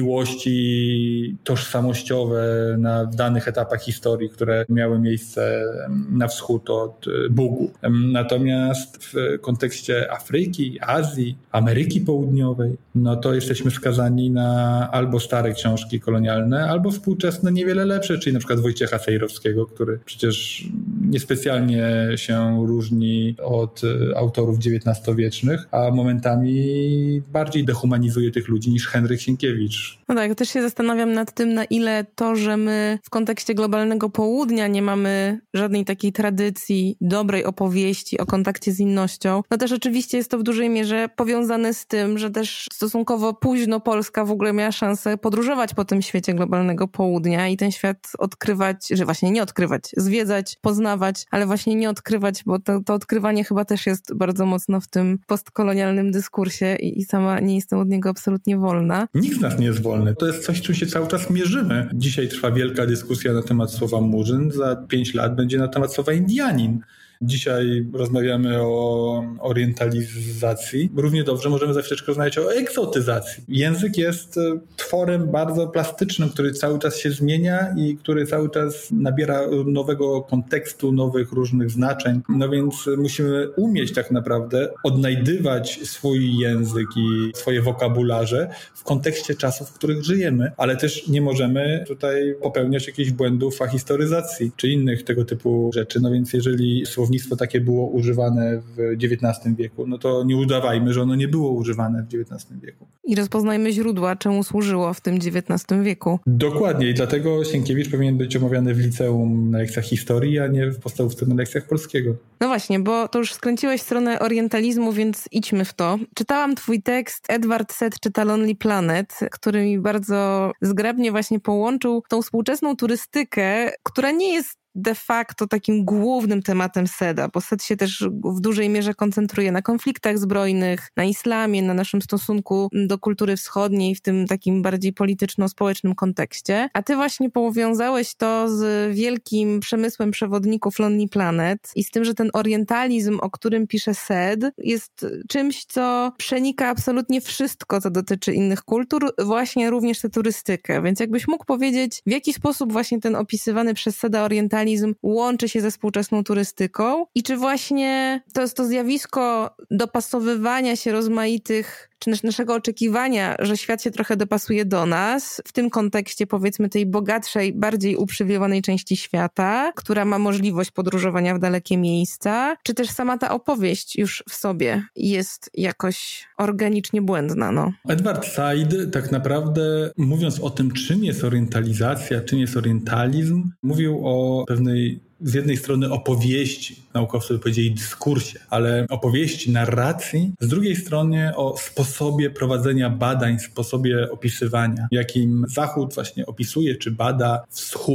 zawiłości tożsamościowe w danych etapach historii, które miały miejsce na wschód od Bugu. Natomiast w kontekście Afryki, Azji, Ameryki Południowej, no to jesteśmy skazani na albo stare książki kolonialne, albo współczesne niewiele lepsze, czyli na przykład Wojciecha Sejrowskiego, który przecież niespecjalnie się różni od autorów XIX-wiecznych, a momentami bardziej dehumanizuje tych ludzi niż Henryk Sienkiewicz. No tak, też się zastanawiam nad tym, na ile to, że my w kontekście globalnego południa nie mamy żadnej takiej tradycji dobrej opowieści o kontakcie z innością, no też oczywiście jest to w dużej mierze powiązane z tym, że też stosunkowo późno Polska w ogóle miała szansę podróżować po tym świecie globalnego południa i ten świat odkrywać, że właśnie nie odkrywać, zwiedzać, poznawać, ale właśnie nie odkrywać, bo to odkrywanie chyba też jest bardzo mocno w tym postkolonialnym dyskursie i sama nie jestem od niego absolutnie wolna. Nikt z nas nie jest wolny. To jest coś, czym się cały czas mierzymy. Dzisiaj trwa wielka dyskusja na temat słowa murzyn, za 5 lat będzie na temat słowa Indianin. Dzisiaj rozmawiamy o orientalizacji. Równie dobrze możemy za chwileczkę rozmawiać o egzotyzacji. Język jest tworem bardzo plastycznym, który cały czas się zmienia i który cały czas nabiera nowego kontekstu, nowych różnych znaczeń. No więc musimy umieć tak naprawdę odnajdywać swój język i swoje wokabularze w kontekście czasów, w których żyjemy, ale też nie możemy tutaj popełniać jakichś błędów ahistoryzacji czy innych tego typu rzeczy. No więc jeżeli słownictwo takie było używane w XIX wieku, no to nie udawajmy, że ono nie było używane w XIX wieku. I rozpoznajmy źródła, czemu służyło w tym XIX wieku. Dokładnie i dlatego Sienkiewicz powinien być omawiany w liceum na lekcjach historii, a nie w podstawówce na lekcjach polskiego. No właśnie, bo to już skręciłeś w stronę orientalizmu, więc idźmy w to. Czytałam twój tekst, Edward Said czyta Lonely Planet, który mi bardzo zgrabnie właśnie połączył tą współczesną turystykę, która nie jest de facto takim głównym tematem Saida, bo Said się też w dużej mierze koncentruje na konfliktach zbrojnych, na islamie, na naszym stosunku do kultury wschodniej w tym takim bardziej polityczno-społecznym kontekście. A ty właśnie powiązałeś to z wielkim przemysłem przewodników Lonely Planet i z tym, że ten orientalizm, o którym pisze Said, jest czymś, co przenika absolutnie wszystko, co dotyczy innych kultur, właśnie również tę turystykę. Więc jakbyś mógł powiedzieć, w jaki sposób właśnie ten opisywany przez Saida orientalizm łączy się ze współczesną turystyką i czy właśnie to jest to zjawisko dopasowywania się rozmaitych, czy naszego oczekiwania, że świat się trochę dopasuje do nas, w tym kontekście powiedzmy tej bogatszej, bardziej uprzywilejowanej części świata, która ma możliwość podróżowania w dalekie miejsca, czy też sama ta opowieść już w sobie jest jakoś organicznie błędna, no. Edward Said tak naprawdę, mówiąc o tym, czym jest orientalizacja, czym jest orientalizm, mówił o pewnej z jednej strony opowieści, naukowcy by powiedzieli dyskursie, ale opowieści, narracji, z drugiej strony o sposobie prowadzenia badań, sposobie opisywania, jakim Zachód właśnie opisuje czy bada Wschód.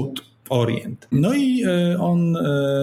Orient. No i on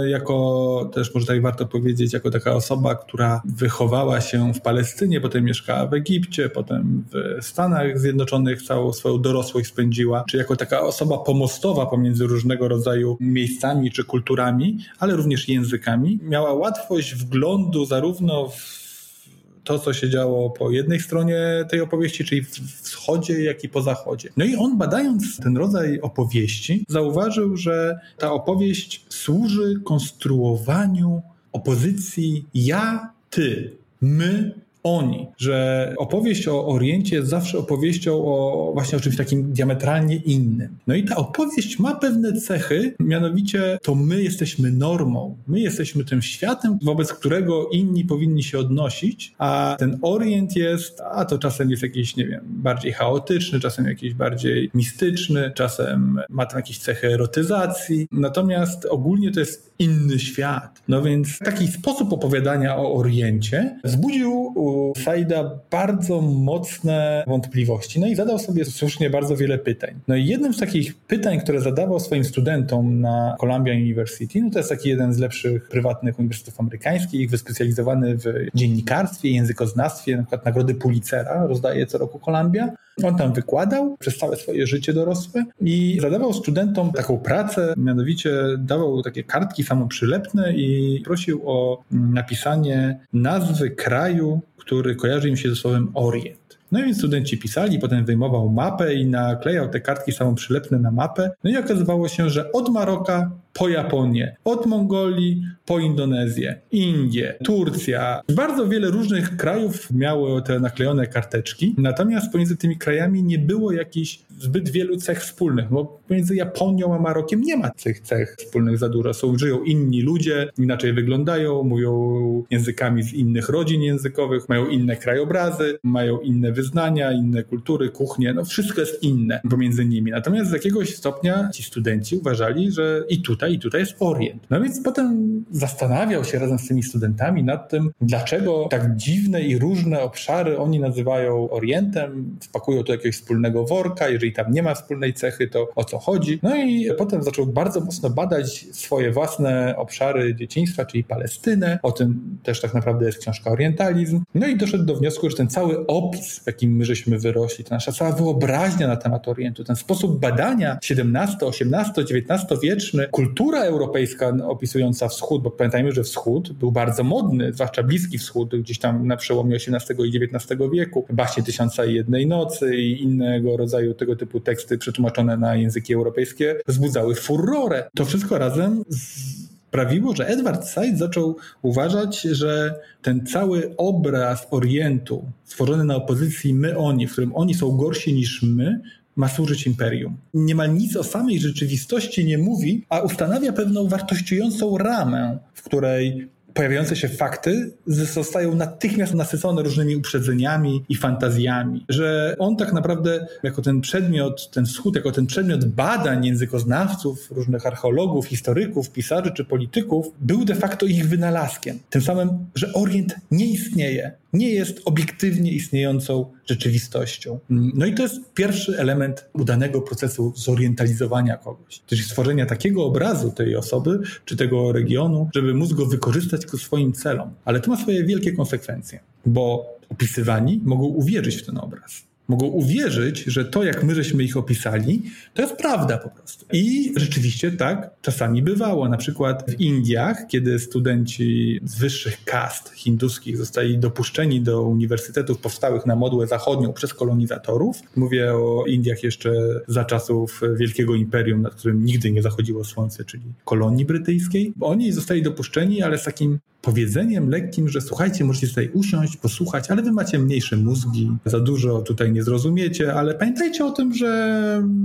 jako, też może tak warto powiedzieć, jako taka osoba, która wychowała się w Palestynie, potem mieszkała w Egipcie, potem w Stanach Zjednoczonych całą swoją dorosłość spędziła, czy jako taka osoba pomostowa pomiędzy różnego rodzaju miejscami czy kulturami, ale również językami, miała łatwość wglądu zarówno w to, co się działo po jednej stronie tej opowieści, czyli w wschodzie, jak i po zachodzie. No i on, badając ten rodzaj opowieści, zauważył, że ta opowieść służy konstruowaniu opozycji ja, ty, my, oni, że opowieść o Oriencie jest zawsze opowieścią o właśnie o czymś takim diametralnie innym. No i ta opowieść ma pewne cechy, mianowicie to my jesteśmy normą, my jesteśmy tym światem, wobec którego inni powinni się odnosić, a ten Orient jest, a to czasem jest jakiś, nie wiem, bardziej chaotyczny, czasem jakiś bardziej mistyczny, czasem ma tam jakieś cechy erotyzacji, natomiast ogólnie to jest inny świat. No więc taki sposób opowiadania o Oriencie wzbudził u Saida bardzo mocne wątpliwości. No i zadał sobie słusznie bardzo wiele pytań. No i jednym z takich pytań, które zadawał swoim studentom na Columbia University, no to jest taki jeden z lepszych prywatnych uniwersytetów amerykańskich, wyspecjalizowany w dziennikarstwie, językoznawstwie, na przykład nagrody Pulitzera rozdaje co roku Columbia. On tam wykładał przez całe swoje życie dorosłe i zadawał studentom taką pracę, mianowicie dawał takie kartki samoprzylepne i prosił o napisanie nazwy kraju, który kojarzy im się ze słowem Orient. No i więc studenci pisali, potem wyjmował mapę i naklejał te kartki samoprzylepne na mapę. No i okazywało się, że od Maroka po Japonię, od Mongolii po Indonezję, Indie, Turcja. Bardzo wiele różnych krajów miało te naklejone karteczki, natomiast pomiędzy tymi krajami nie było jakichś zbyt wielu cech wspólnych, bo pomiędzy Japonią a Marokiem nie ma tych cech wspólnych za dużo. Żyją inni ludzie, inaczej wyglądają, mówią językami z innych rodzin językowych, mają inne krajobrazy, mają inne wyznania, inne kultury, kuchnie, no wszystko jest inne pomiędzy nimi. Natomiast z jakiegoś stopnia ci studenci uważali, że i tutaj jest Orient. No więc potem zastanawiał się razem z tymi studentami nad tym, dlaczego tak dziwne i różne obszary oni nazywają Orientem, wpakują to do jakiegoś wspólnego worka, jeżeli tam nie ma wspólnej cechy, to o co chodzi. No i potem zaczął bardzo mocno badać swoje własne obszary dzieciństwa, czyli Palestynę. O tym też tak naprawdę jest książka Orientalizm. No i doszedł do wniosku, że ten cały opis, w jakim my żeśmy wyrośli, ta nasza cała wyobraźnia na temat Orientu, ten sposób badania XVII, XVIII, XIX wieczny, kultura europejska opisująca wschód, bo pamiętajmy, że wschód był bardzo modny, zwłaszcza Bliski Wschód, gdzieś tam na przełomie XVIII i XIX wieku. Baśnie 1001 nocy i innego rodzaju tego typu teksty przetłumaczone na języki europejskie wzbudzały furorę. To wszystko razem sprawiło, że Edward Said zaczął uważać, że ten cały obraz Orientu stworzony na opozycji my-oni, w którym oni są gorsi niż my, ma służyć imperium. Niemal nic o samej rzeczywistości nie mówi, a ustanawia pewną wartościującą ramę, w której pojawiające się fakty zostają natychmiast nasycone różnymi uprzedzeniami i fantazjami. Że on tak naprawdę jako ten przedmiot, ten wschód, jako ten przedmiot badań językoznawców, różnych archeologów, historyków, pisarzy czy polityków, był de facto ich wynalazkiem. Tym samym, że Orient nie istnieje. Nie jest obiektywnie istniejącą rzeczywistością. No i to jest pierwszy element udanego procesu zorientalizowania kogoś. Czyli stworzenia takiego obrazu tej osoby czy tego regionu, żeby móc go wykorzystać ku swoim celom. Ale to ma swoje wielkie konsekwencje, bo opisywani mogą uwierzyć w ten obraz. Mogą uwierzyć, że to, jak my żeśmy ich opisali, to jest prawda po prostu. I rzeczywiście tak czasami bywało. Na przykład w Indiach, kiedy studenci z wyższych kast hinduskich zostali dopuszczeni do uniwersytetów powstałych na modłę zachodnią przez kolonizatorów. Mówię o Indiach jeszcze za czasów Wielkiego Imperium, nad którym nigdy nie zachodziło słońce, czyli kolonii brytyjskiej. Oni zostali dopuszczeni, ale z takim powiedzeniem lekkim, że słuchajcie, możecie tutaj usiąść, posłuchać, ale wy macie mniejsze mózgi, za dużo tutaj nie zrozumiecie, ale pamiętajcie o tym, że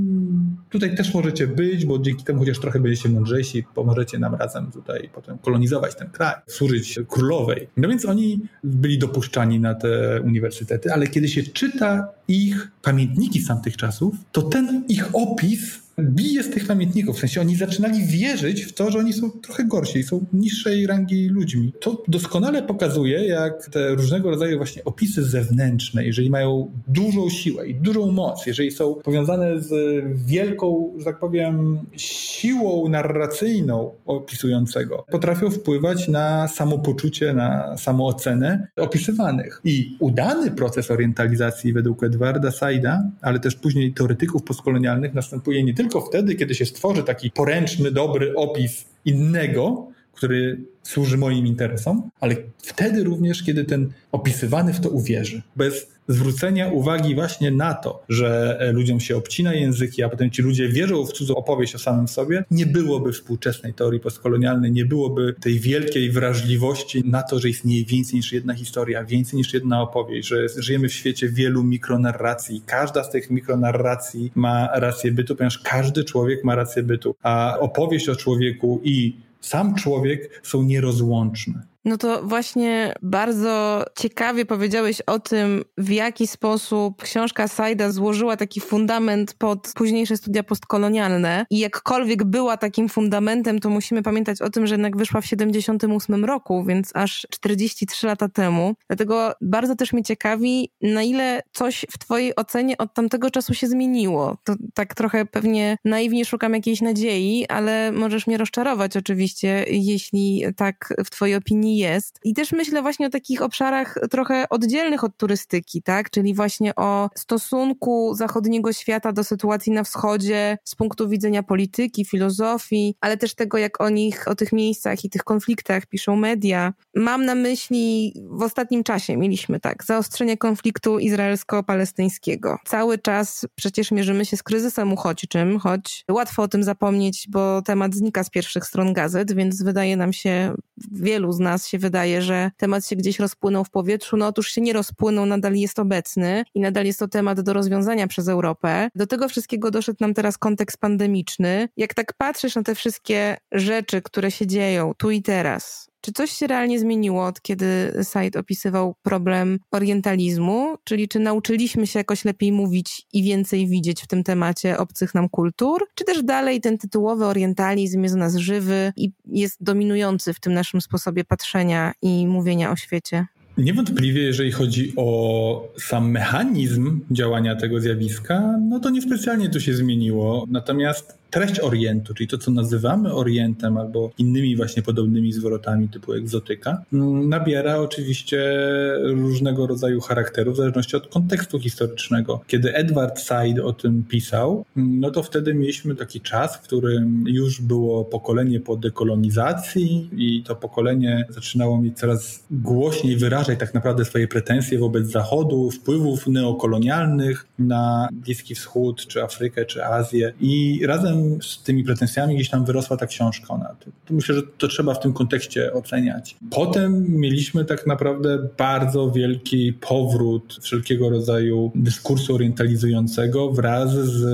tutaj też możecie być, bo dzięki temu chociaż trochę będziecie mądrzejsi, pomożecie nam razem tutaj potem kolonizować ten kraj, służyć królowej. No więc oni byli dopuszczani na te uniwersytety, ale kiedy się czyta ich pamiętniki z tamtych czasów, to ten ich opis bije z tych pamiętników. W sensie oni zaczynali wierzyć w to, że oni są trochę gorsi, są niższej rangi ludźmi. To doskonale pokazuje, jak te różnego rodzaju właśnie opisy zewnętrzne, jeżeli mają dużą siłę i dużą moc, jeżeli są powiązane z wielką, że tak powiem, siłą narracyjną opisującego, potrafią wpływać na samopoczucie, na samoocenę opisywanych. I udany proces orientalizacji według Edwarda Saida, ale też później teoretyków postkolonialnych, następuje nie tylko wtedy, kiedy się stworzy taki poręczny, dobry opis innego, który służy moim interesom, ale wtedy również, kiedy ten opisywany w to uwierzy. Bez zwrócenia uwagi właśnie na to, że ludziom się obcina języki, a potem ci ludzie wierzą w cudzą opowieść o samym sobie, nie byłoby współczesnej teorii postkolonialnej, nie byłoby tej wielkiej wrażliwości na to, że istnieje więcej niż jedna historia, więcej niż jedna opowieść, że żyjemy w świecie wielu mikronarracji. Każda z tych mikronarracji ma rację bytu, ponieważ każdy człowiek ma rację bytu, a opowieść o człowieku i sam człowiek są nierozłączne. No to właśnie bardzo ciekawie powiedziałeś o tym, w jaki sposób książka Saida złożyła taki fundament pod późniejsze studia postkolonialne i jakkolwiek była takim fundamentem, to musimy pamiętać o tym, że jednak wyszła w 1978 roku, więc aż 43 lata temu. Dlatego bardzo też mnie ciekawi, na ile coś w twojej ocenie od tamtego czasu się zmieniło. To tak trochę pewnie naiwnie szukam jakiejś nadziei, ale możesz mnie rozczarować oczywiście, jeśli tak w twojej opinii jest. I też myślę właśnie o takich obszarach trochę oddzielnych od turystyki, tak? Czyli właśnie o stosunku zachodniego świata do sytuacji na wschodzie z punktu widzenia polityki, filozofii, ale też tego, jak o tych miejscach i tych konfliktach piszą media. Mam na myśli, w ostatnim czasie mieliśmy zaostrzenie konfliktu izraelsko-palestyńskiego. Cały czas przecież mierzymy się z kryzysem uchodźczym, choć łatwo o tym zapomnieć, bo temat znika z pierwszych stron gazet, więc wydaje nam się, wielu z nas się wydaje, że temat się gdzieś rozpłynął w powietrzu. No otóż się nie rozpłynął, nadal jest obecny i nadal jest to temat do rozwiązania przez Europę. Do tego wszystkiego doszedł nam teraz kontekst pandemiczny. Jak tak patrzysz na te wszystkie rzeczy, które się dzieją tu i teraz, czy coś się realnie zmieniło od kiedy Said opisywał problem orientalizmu? Czyli czy nauczyliśmy się jakoś lepiej mówić i więcej widzieć w tym temacie obcych nam kultur? Czy też dalej ten tytułowy orientalizm jest u nas żywy i jest dominujący w tym naszym sposobie patrzenia i mówienia o świecie? Niewątpliwie, jeżeli chodzi o sam mechanizm działania tego zjawiska, no to niespecjalnie to się zmieniło. Natomiast treść Orientu, czyli to, co nazywamy Orientem albo innymi właśnie podobnymi zwrotami typu egzotyka, nabiera oczywiście różnego rodzaju charakteru w zależności od kontekstu historycznego. Kiedy Edward Said o tym pisał, no to wtedy mieliśmy taki czas, w którym już było pokolenie po dekolonizacji i to pokolenie zaczynało mieć coraz głośniej wyrażać tak naprawdę swoje pretensje wobec Zachodu, wpływów neokolonialnych na Bliski Wschód, czy Afrykę, czy Azję. I razem z tymi pretensjami gdzieś tam wyrosła ta książka. Myślę, że to trzeba w tym kontekście oceniać. Potem mieliśmy tak naprawdę bardzo wielki powrót wszelkiego rodzaju dyskursu orientalizującego wraz z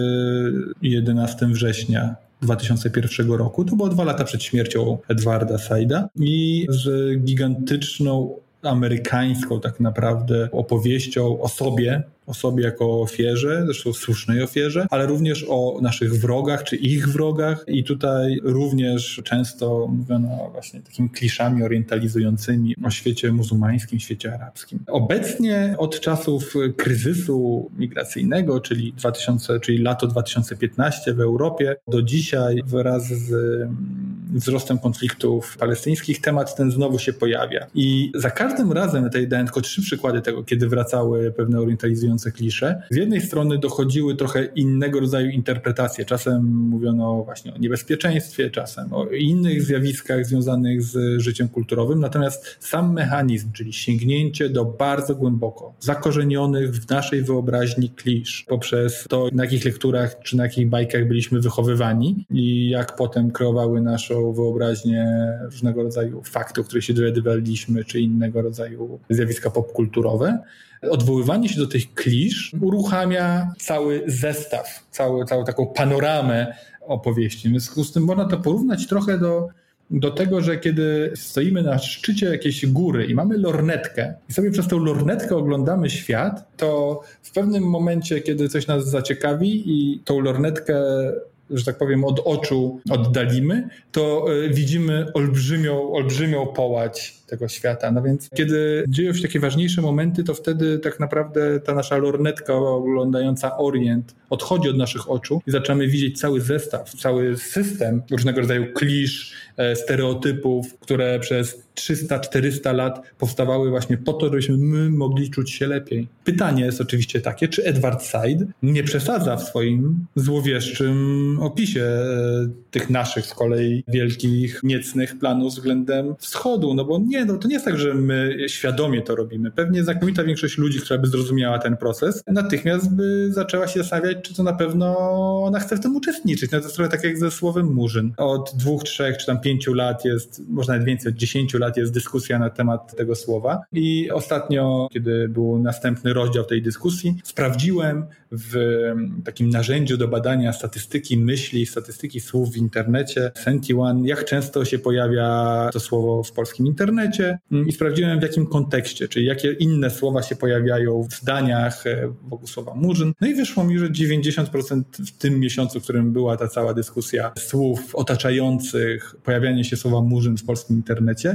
11 września 2001 roku. To było 2 lata przed śmiercią Edwarda Saida i z gigantyczną amerykańską tak naprawdę opowieścią o sobie jako ofierze, zresztą słusznej ofierze, ale również o naszych wrogach, czy ich wrogach i tutaj również często mówiono właśnie takimi kliszami orientalizującymi o świecie muzułmańskim, świecie arabskim. Obecnie od czasów kryzysu migracyjnego, czyli lato 2015 w Europie, do dzisiaj wraz z wzrostem konfliktów palestyńskich temat ten znowu się pojawia. I za każdym razem, tutaj dałem tylko 3 przykłady tego, kiedy wracały pewne orientalizujące klisze. Z jednej strony dochodziły trochę innego rodzaju interpretacje. Czasem mówiono właśnie o niebezpieczeństwie, czasem o innych zjawiskach związanych z życiem kulturowym. Natomiast sam mechanizm, czyli sięgnięcie do bardzo głęboko zakorzenionych w naszej wyobraźni klisz poprzez to, na jakich lekturach czy na jakich bajkach byliśmy wychowywani i jak potem kreowały naszą wyobraźnię różnego rodzaju faktów, których się dowiadywaliśmy, czy innego rodzaju zjawiska popkulturowe. Odwoływanie się do tych klisz uruchamia cały zestaw, całą taką panoramę opowieści. W związku z tym można to porównać trochę do do tego, że kiedy stoimy na szczycie jakiejś góry i mamy lornetkę i sobie przez tą lornetkę oglądamy świat, to w pewnym momencie, kiedy coś nas zaciekawi i tą lornetkę, że tak powiem, od oczu oddalimy, to widzimy olbrzymią połać tego świata. No więc kiedy dzieją się takie ważniejsze momenty, to wtedy tak naprawdę ta nasza lornetka oglądająca Orient odchodzi od naszych oczu i zaczynamy widzieć cały zestaw, cały system różnego rodzaju klisz, stereotypów, które przez 300-400 lat powstawały właśnie po to, żebyśmy my mogli czuć się lepiej. Pytanie jest oczywiście takie, czy Edward Said nie przesadza w swoim złowieszczym opisie tych naszych z kolei wielkich, niecnych planów względem wschodu, no bo to nie jest tak, że my świadomie to robimy. Pewnie znakomita większość ludzi, która by zrozumiała ten proces, natychmiast by zaczęła się zastanawiać, czy to na pewno ona chce w tym uczestniczyć. No to jest trochę tak jak ze słowem murzyn. Od 2, 3 czy tam 5 lat jest, może nawet więcej, od 10 lat jest dyskusja na temat tego słowa i ostatnio, kiedy był następny rozdział tej dyskusji, sprawdziłem w takim narzędziu do badania statystyki myśli, statystyki słów w internecie, SentiOne, jak często się pojawia to słowo w polskim internecie i sprawdziłem w jakim kontekście, czyli jakie inne słowa się pojawiają w zdaniach wokół słowa murzyn. No i wyszło mi, że 90% w tym miesiącu, w którym była ta cała dyskusja słów otaczających pojawianie się słowa murzyn w polskim internecie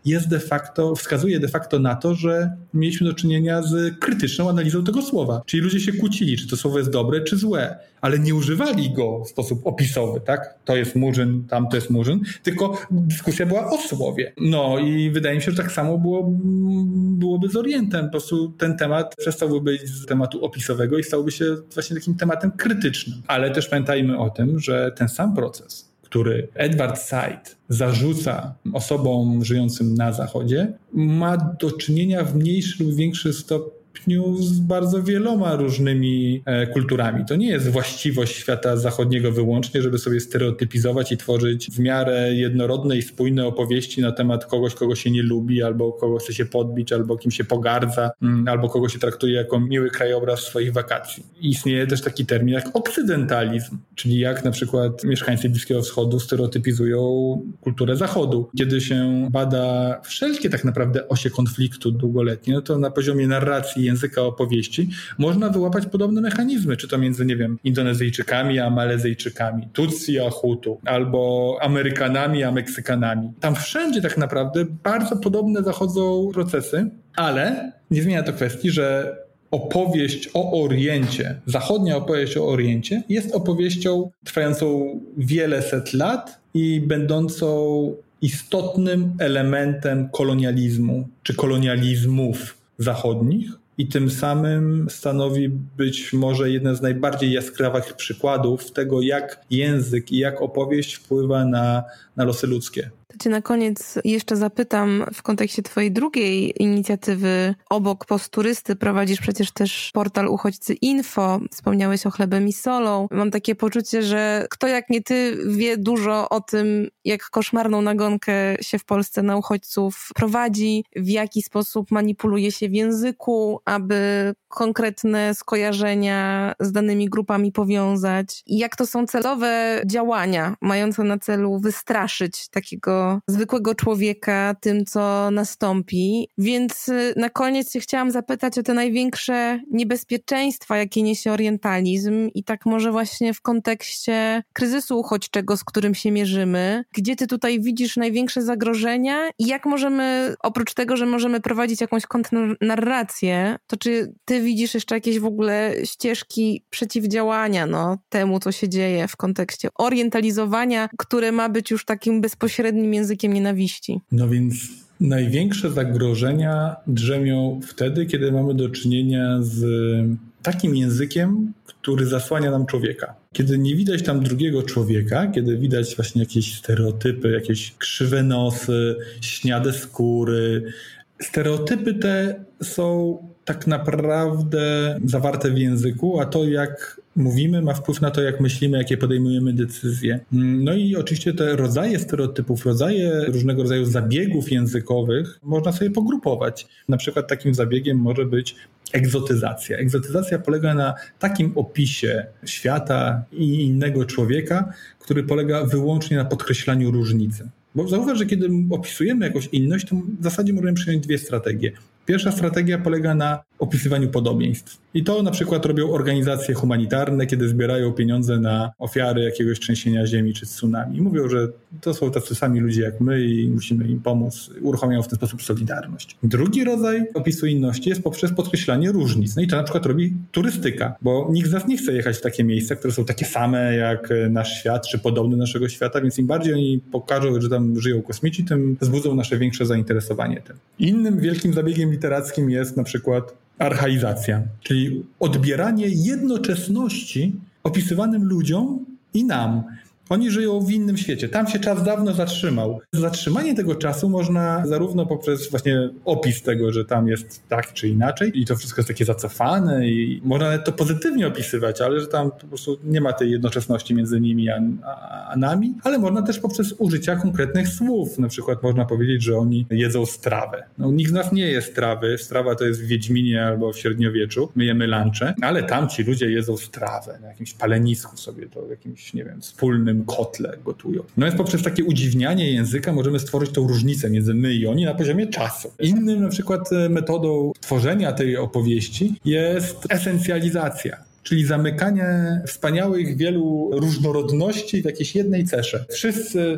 wskazuje de facto na to, że mieliśmy do czynienia z krytyczną analizą tego słowa. Czyli ludzie się kłócili, czy to słowo jest dobre, czy złe, ale nie używali go w sposób opisowy, tak? To jest murzyn, tamto jest murzyn, tylko dyskusja była o słowie. No i wydaje mi się, że tak samo byłoby z Orientem. Po prostu ten temat przestałby być z tematu opisowego i stałby się właśnie takim tematem krytycznym. Ale też pamiętajmy o tym, że ten sam proces, który Edward Said zarzuca osobom żyjącym na Zachodzie, ma do czynienia w mniejszy lub większy stopniu z bardzo wieloma różnymi kulturami. To nie jest właściwość świata zachodniego wyłącznie, żeby sobie stereotypizować i tworzyć w miarę jednorodne i spójne opowieści na temat kogoś, kogo się nie lubi, albo kogo chce się podbić, albo kim się pogardza, albo kogo się traktuje jako miły krajobraz swoich wakacji. Istnieje też taki termin jak okcydentalizm, czyli jak na przykład mieszkańcy Bliskiego Wschodu stereotypizują kulturę Zachodu. Kiedy się bada wszelkie tak naprawdę osie konfliktu długoletnie, no to na poziomie narracji, języka opowieści można wyłapać podobne mechanizmy, czy to między, Indonezyjczykami a Malezyjczykami, Tutsi a Hutu, albo Amerykanami a Meksykanami. Tam wszędzie tak naprawdę bardzo podobne zachodzą procesy, ale nie zmienia to kwestii, że opowieść o Oriencie, zachodnia opowieść o Oriencie jest opowieścią trwającą wiele set lat i będącą istotnym elementem kolonializmu czy kolonializmów zachodnich i tym samym stanowi być może jeden z najbardziej jaskrawych przykładów tego, jak język i jak opowieść wpływa na losy ludzkie. To cię na koniec jeszcze zapytam w kontekście twojej drugiej inicjatywy. Obok Postturysty prowadzisz przecież też portal Uchodźcy Info. Wspomniałeś o Chlebem i Solą. Mam takie poczucie, że kto jak nie ty wie dużo o tym, jak koszmarną nagonkę się w Polsce na uchodźców prowadzi, w jaki sposób manipuluje się w języku, aby konkretne skojarzenia z danymi grupami powiązać. I jak to są celowe działania mające na celu wystraszyć takiego zwykłego człowieka tym, co nastąpi. Więc na koniec chciałam zapytać o te największe niebezpieczeństwa, jakie niesie orientalizm i tak może właśnie w kontekście kryzysu uchodźczego, z którym się mierzymy. Gdzie ty tutaj widzisz największe zagrożenia i jak możemy, oprócz tego, że możemy prowadzić jakąś kontrnarrację, to czy ty widzisz jeszcze jakieś w ogóle ścieżki przeciwdziałania temu, co się dzieje w kontekście orientalizowania, które ma być już takim bezpośrednim językiem nienawiści? No więc największe zagrożenia drzemią wtedy, kiedy mamy do czynienia z takim językiem, który zasłania nam człowieka. Kiedy nie widać tam drugiego człowieka, kiedy widać właśnie jakieś stereotypy, jakieś krzywe nosy, śniade skóry. Stereotypy te są tak naprawdę zawarte w języku, a to jak mówimy ma wpływ na to, jak myślimy, jakie podejmujemy decyzje. No i oczywiście te rodzaje stereotypów, rodzaje różnego rodzaju zabiegów językowych można sobie pogrupować. Na przykład takim zabiegiem może być egzotyzacja. Egzotyzacja polega na takim opisie świata i innego człowieka, który polega wyłącznie na podkreślaniu różnicy. Bo zauważ, że kiedy opisujemy jakąś inność, to w zasadzie możemy przyjąć dwie strategie. Pierwsza strategia polega na opisywaniu podobieństw. I to na przykład robią organizacje humanitarne, kiedy zbierają pieniądze na ofiary jakiegoś trzęsienia ziemi czy tsunami. Mówią, że to są tacy sami ludzie jak my i musimy im pomóc. Uruchamiają w ten sposób solidarność. Drugi rodzaj opisu inności jest poprzez podkreślanie różnic. No i to na przykład robi turystyka, bo nikt z nas nie chce jechać w takie miejsca, które są takie same jak nasz świat, czy podobne do naszego świata, więc im bardziej oni pokażą, że tam żyją kosmici, tym wzbudzą nasze większe zainteresowanie tym. Innym wielkim zabiegiem literackim jest na przykład archaizacja, czyli odbieranie jednoczesności opisywanym ludziom i nam. Oni żyją w innym świecie. Tam się czas dawno zatrzymał. Zatrzymanie tego czasu można zarówno poprzez właśnie opis tego, że tam jest tak czy inaczej i to wszystko jest takie zacofane i można nawet to pozytywnie opisywać, ale że tam po prostu nie ma tej jednoczesności między nimi a nami, ale można też poprzez użycia konkretnych słów. Na przykład można powiedzieć, że oni jedzą strawę. No, nikt z nas nie je strawy. Strawa to jest w Wiedźminie albo w średniowieczu. My jemy lunche, ale tam ci ludzie jedzą strawę na jakimś palenisku sobie, to w jakimś, nie wiem, wspólnym kotle gotują. No więc poprzez takie udziwnianie języka możemy stworzyć tą różnicę między my i oni na poziomie czasu. Innym na przykład metodą tworzenia tej opowieści jest esencjalizacja, czyli zamykanie wspaniałych wielu różnorodności w jakiejś jednej cesze. Wszyscy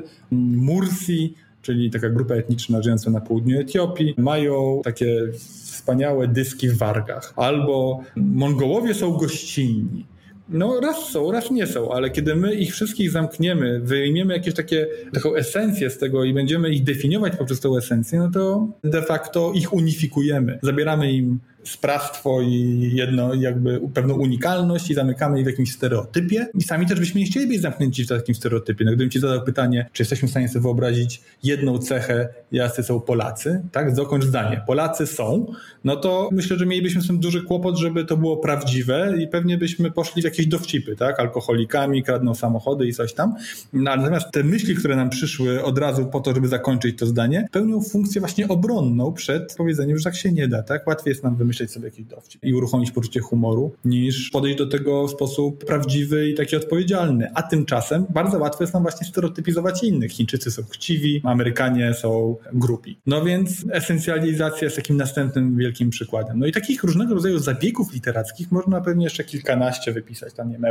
Mursi, czyli taka grupa etniczna żyjąca na południu Etiopii, mają takie wspaniałe dyski w wargach. Albo Mongołowie są gościnni. No raz są, raz nie są, ale kiedy my ich wszystkich zamkniemy, wyjmiemy jakieś taką esencję z tego i będziemy ich definiować poprzez tą esencję, no to de facto ich unifikujemy. Zabieramy im sprawstwo i jakby pewną unikalność i zamykamy ich w jakimś stereotypie. I sami też byśmy nie chcieli być zamknięci w takim stereotypie. No, gdybym ci zadał pytanie, czy jesteśmy w stanie sobie wyobrazić jedną cechę, jacy są Polacy, tak? Dokończ zdanie. Polacy są, no to myślę, że mielibyśmy z tym duży kłopot, żeby to było prawdziwe i pewnie byśmy poszli w jakieś dowcipy, tak? Alkoholikami, kradną samochody i coś tam. No, natomiast te myśli, które nam przyszły od razu po to, żeby zakończyć to zdanie, pełnią funkcję właśnie obronną przed powiedzeniem, że tak się nie da, tak? Łatwiej jest nam wymyśleć sobie jakiś dowcip i uruchomić poczucie humoru, niż podejść do tego w sposób prawdziwy i taki odpowiedzialny. A tymczasem bardzo łatwo jest nam właśnie stereotypizować innych. Chińczycy są chciwi, Amerykanie są grubi. No więc esencjalizacja jest takim następnym wielkim przykładem. No i takich różnego rodzaju zabiegów literackich można pewnie jeszcze kilkanaście wypisać. Tam nie wiem,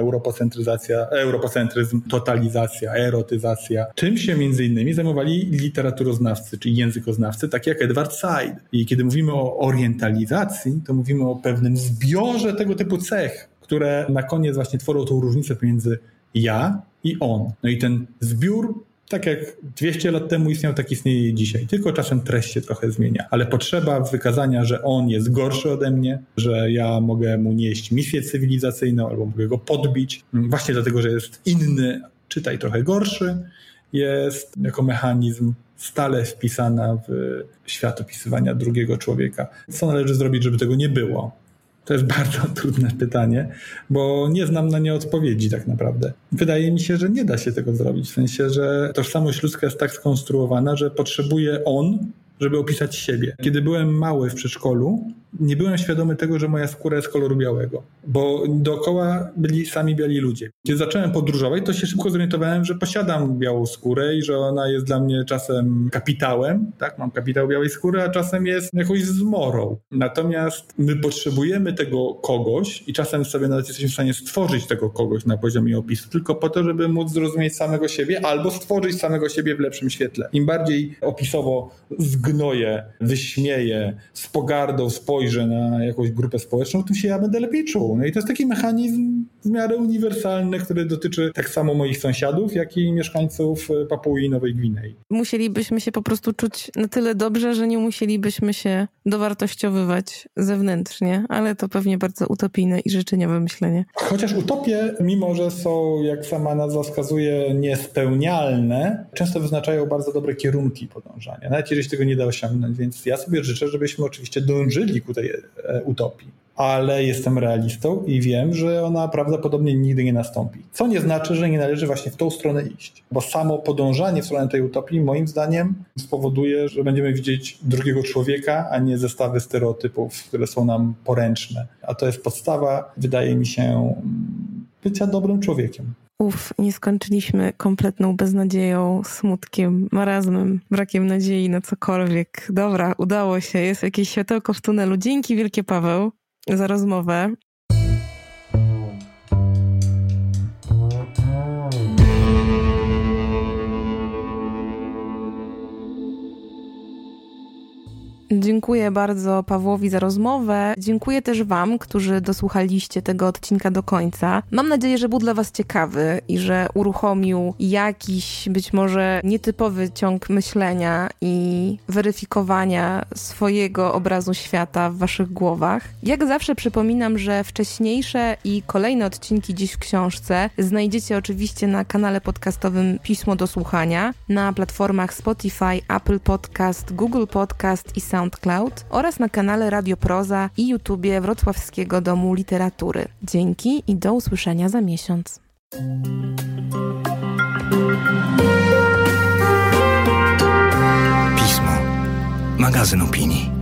europocentryzm, totalizacja, erotyzacja. Czym się między innymi zajmowali literaturoznawcy, czyli językoznawcy, tak jak Edward Said. I kiedy mówimy o orientalizacji, to mówimy o pewnym zbiorze tego typu cech, które na koniec właśnie tworzą tą różnicę pomiędzy ja i on. No i ten zbiór, tak jak 200 lat temu istniał, tak istnieje dzisiaj. Tylko czasem treść się trochę zmienia. Ale potrzeba wykazania, że on jest gorszy ode mnie, że ja mogę mu nieść misję cywilizacyjną albo mogę go podbić, właśnie dlatego, że jest inny, czytaj trochę gorszy, jest jako mechanizm stale wpisana w świat opisywania drugiego człowieka. Co należy zrobić, żeby tego nie było? To jest bardzo trudne pytanie, bo nie znam na nie odpowiedzi tak naprawdę. Wydaje mi się, że nie da się tego zrobić, w sensie, że tożsamość ludzka jest tak skonstruowana, że potrzebuje on, żeby opisać siebie. Kiedy byłem mały w przedszkolu, nie byłem świadomy tego, że moja skóra jest koloru białego, bo dookoła byli sami biali ludzie. Kiedy zacząłem podróżować, to się szybko zorientowałem, że posiadam białą skórę i że ona jest dla mnie czasem kapitałem, tak, mam kapitał białej skóry, a czasem jest jakąś zmorą. Natomiast my potrzebujemy tego kogoś i czasem sobie nawet jesteśmy w stanie stworzyć tego kogoś na poziomie opisu, tylko po to, żeby móc zrozumieć samego siebie albo stworzyć samego siebie w lepszym świetle. Im bardziej opisowo zgnoję, wyśmieję, z pogardą spojrzę na jakąś grupę społeczną, tym się ja będę lepiej czuł. No i to jest taki mechanizm w miarę uniwersalny, który dotyczy tak samo moich sąsiadów, jak i mieszkańców Papui i Nowej Gwinei. Musielibyśmy się po prostu czuć na tyle dobrze, że nie musielibyśmy się dowartościowywać zewnętrznie, ale to pewnie bardzo utopijne i życzeniowe myślenie. Chociaż utopie, mimo że są, jak sama nazwa wskazuje, niespełnialne, często wyznaczają bardzo dobre kierunki podążania, nawet jeżeli tego nie da osiągnąć, więc ja sobie życzę, żebyśmy oczywiście dążyli ku tej utopii. Ale jestem realistą i wiem, że ona prawdopodobnie nigdy nie nastąpi. Co nie znaczy, że nie należy właśnie w tą stronę iść. Bo samo podążanie w stronę tej utopii, moim zdaniem, spowoduje, że będziemy widzieć drugiego człowieka, a nie zestawy stereotypów, które są nam poręczne. A to jest podstawa, wydaje mi się, bycia dobrym człowiekiem. Nie skończyliśmy kompletną beznadzieją, smutkiem, marazmem, brakiem nadziei na cokolwiek. Dobra, udało się, jest jakieś światełko w tunelu. Dzięki wielkie, Paweł, za rozmowę. Dziękuję bardzo Pawłowi za rozmowę. Dziękuję też Wam, którzy dosłuchaliście tego odcinka do końca. Mam nadzieję, że był dla Was ciekawy i że uruchomił jakiś być może nietypowy ciąg myślenia i weryfikowania swojego obrazu świata w Waszych głowach. Jak zawsze przypominam, że wcześniejsze i kolejne odcinki Dziś w książce znajdziecie oczywiście na kanale podcastowym Pismo do Słuchania, na platformach Spotify, Apple Podcast, Google Podcast i SoundCloud oraz na kanale Radio Proza i YouTubie Wrocławskiego Domu Literatury. Dzięki i do usłyszenia za miesiąc. Pismo. Magazyn opinii.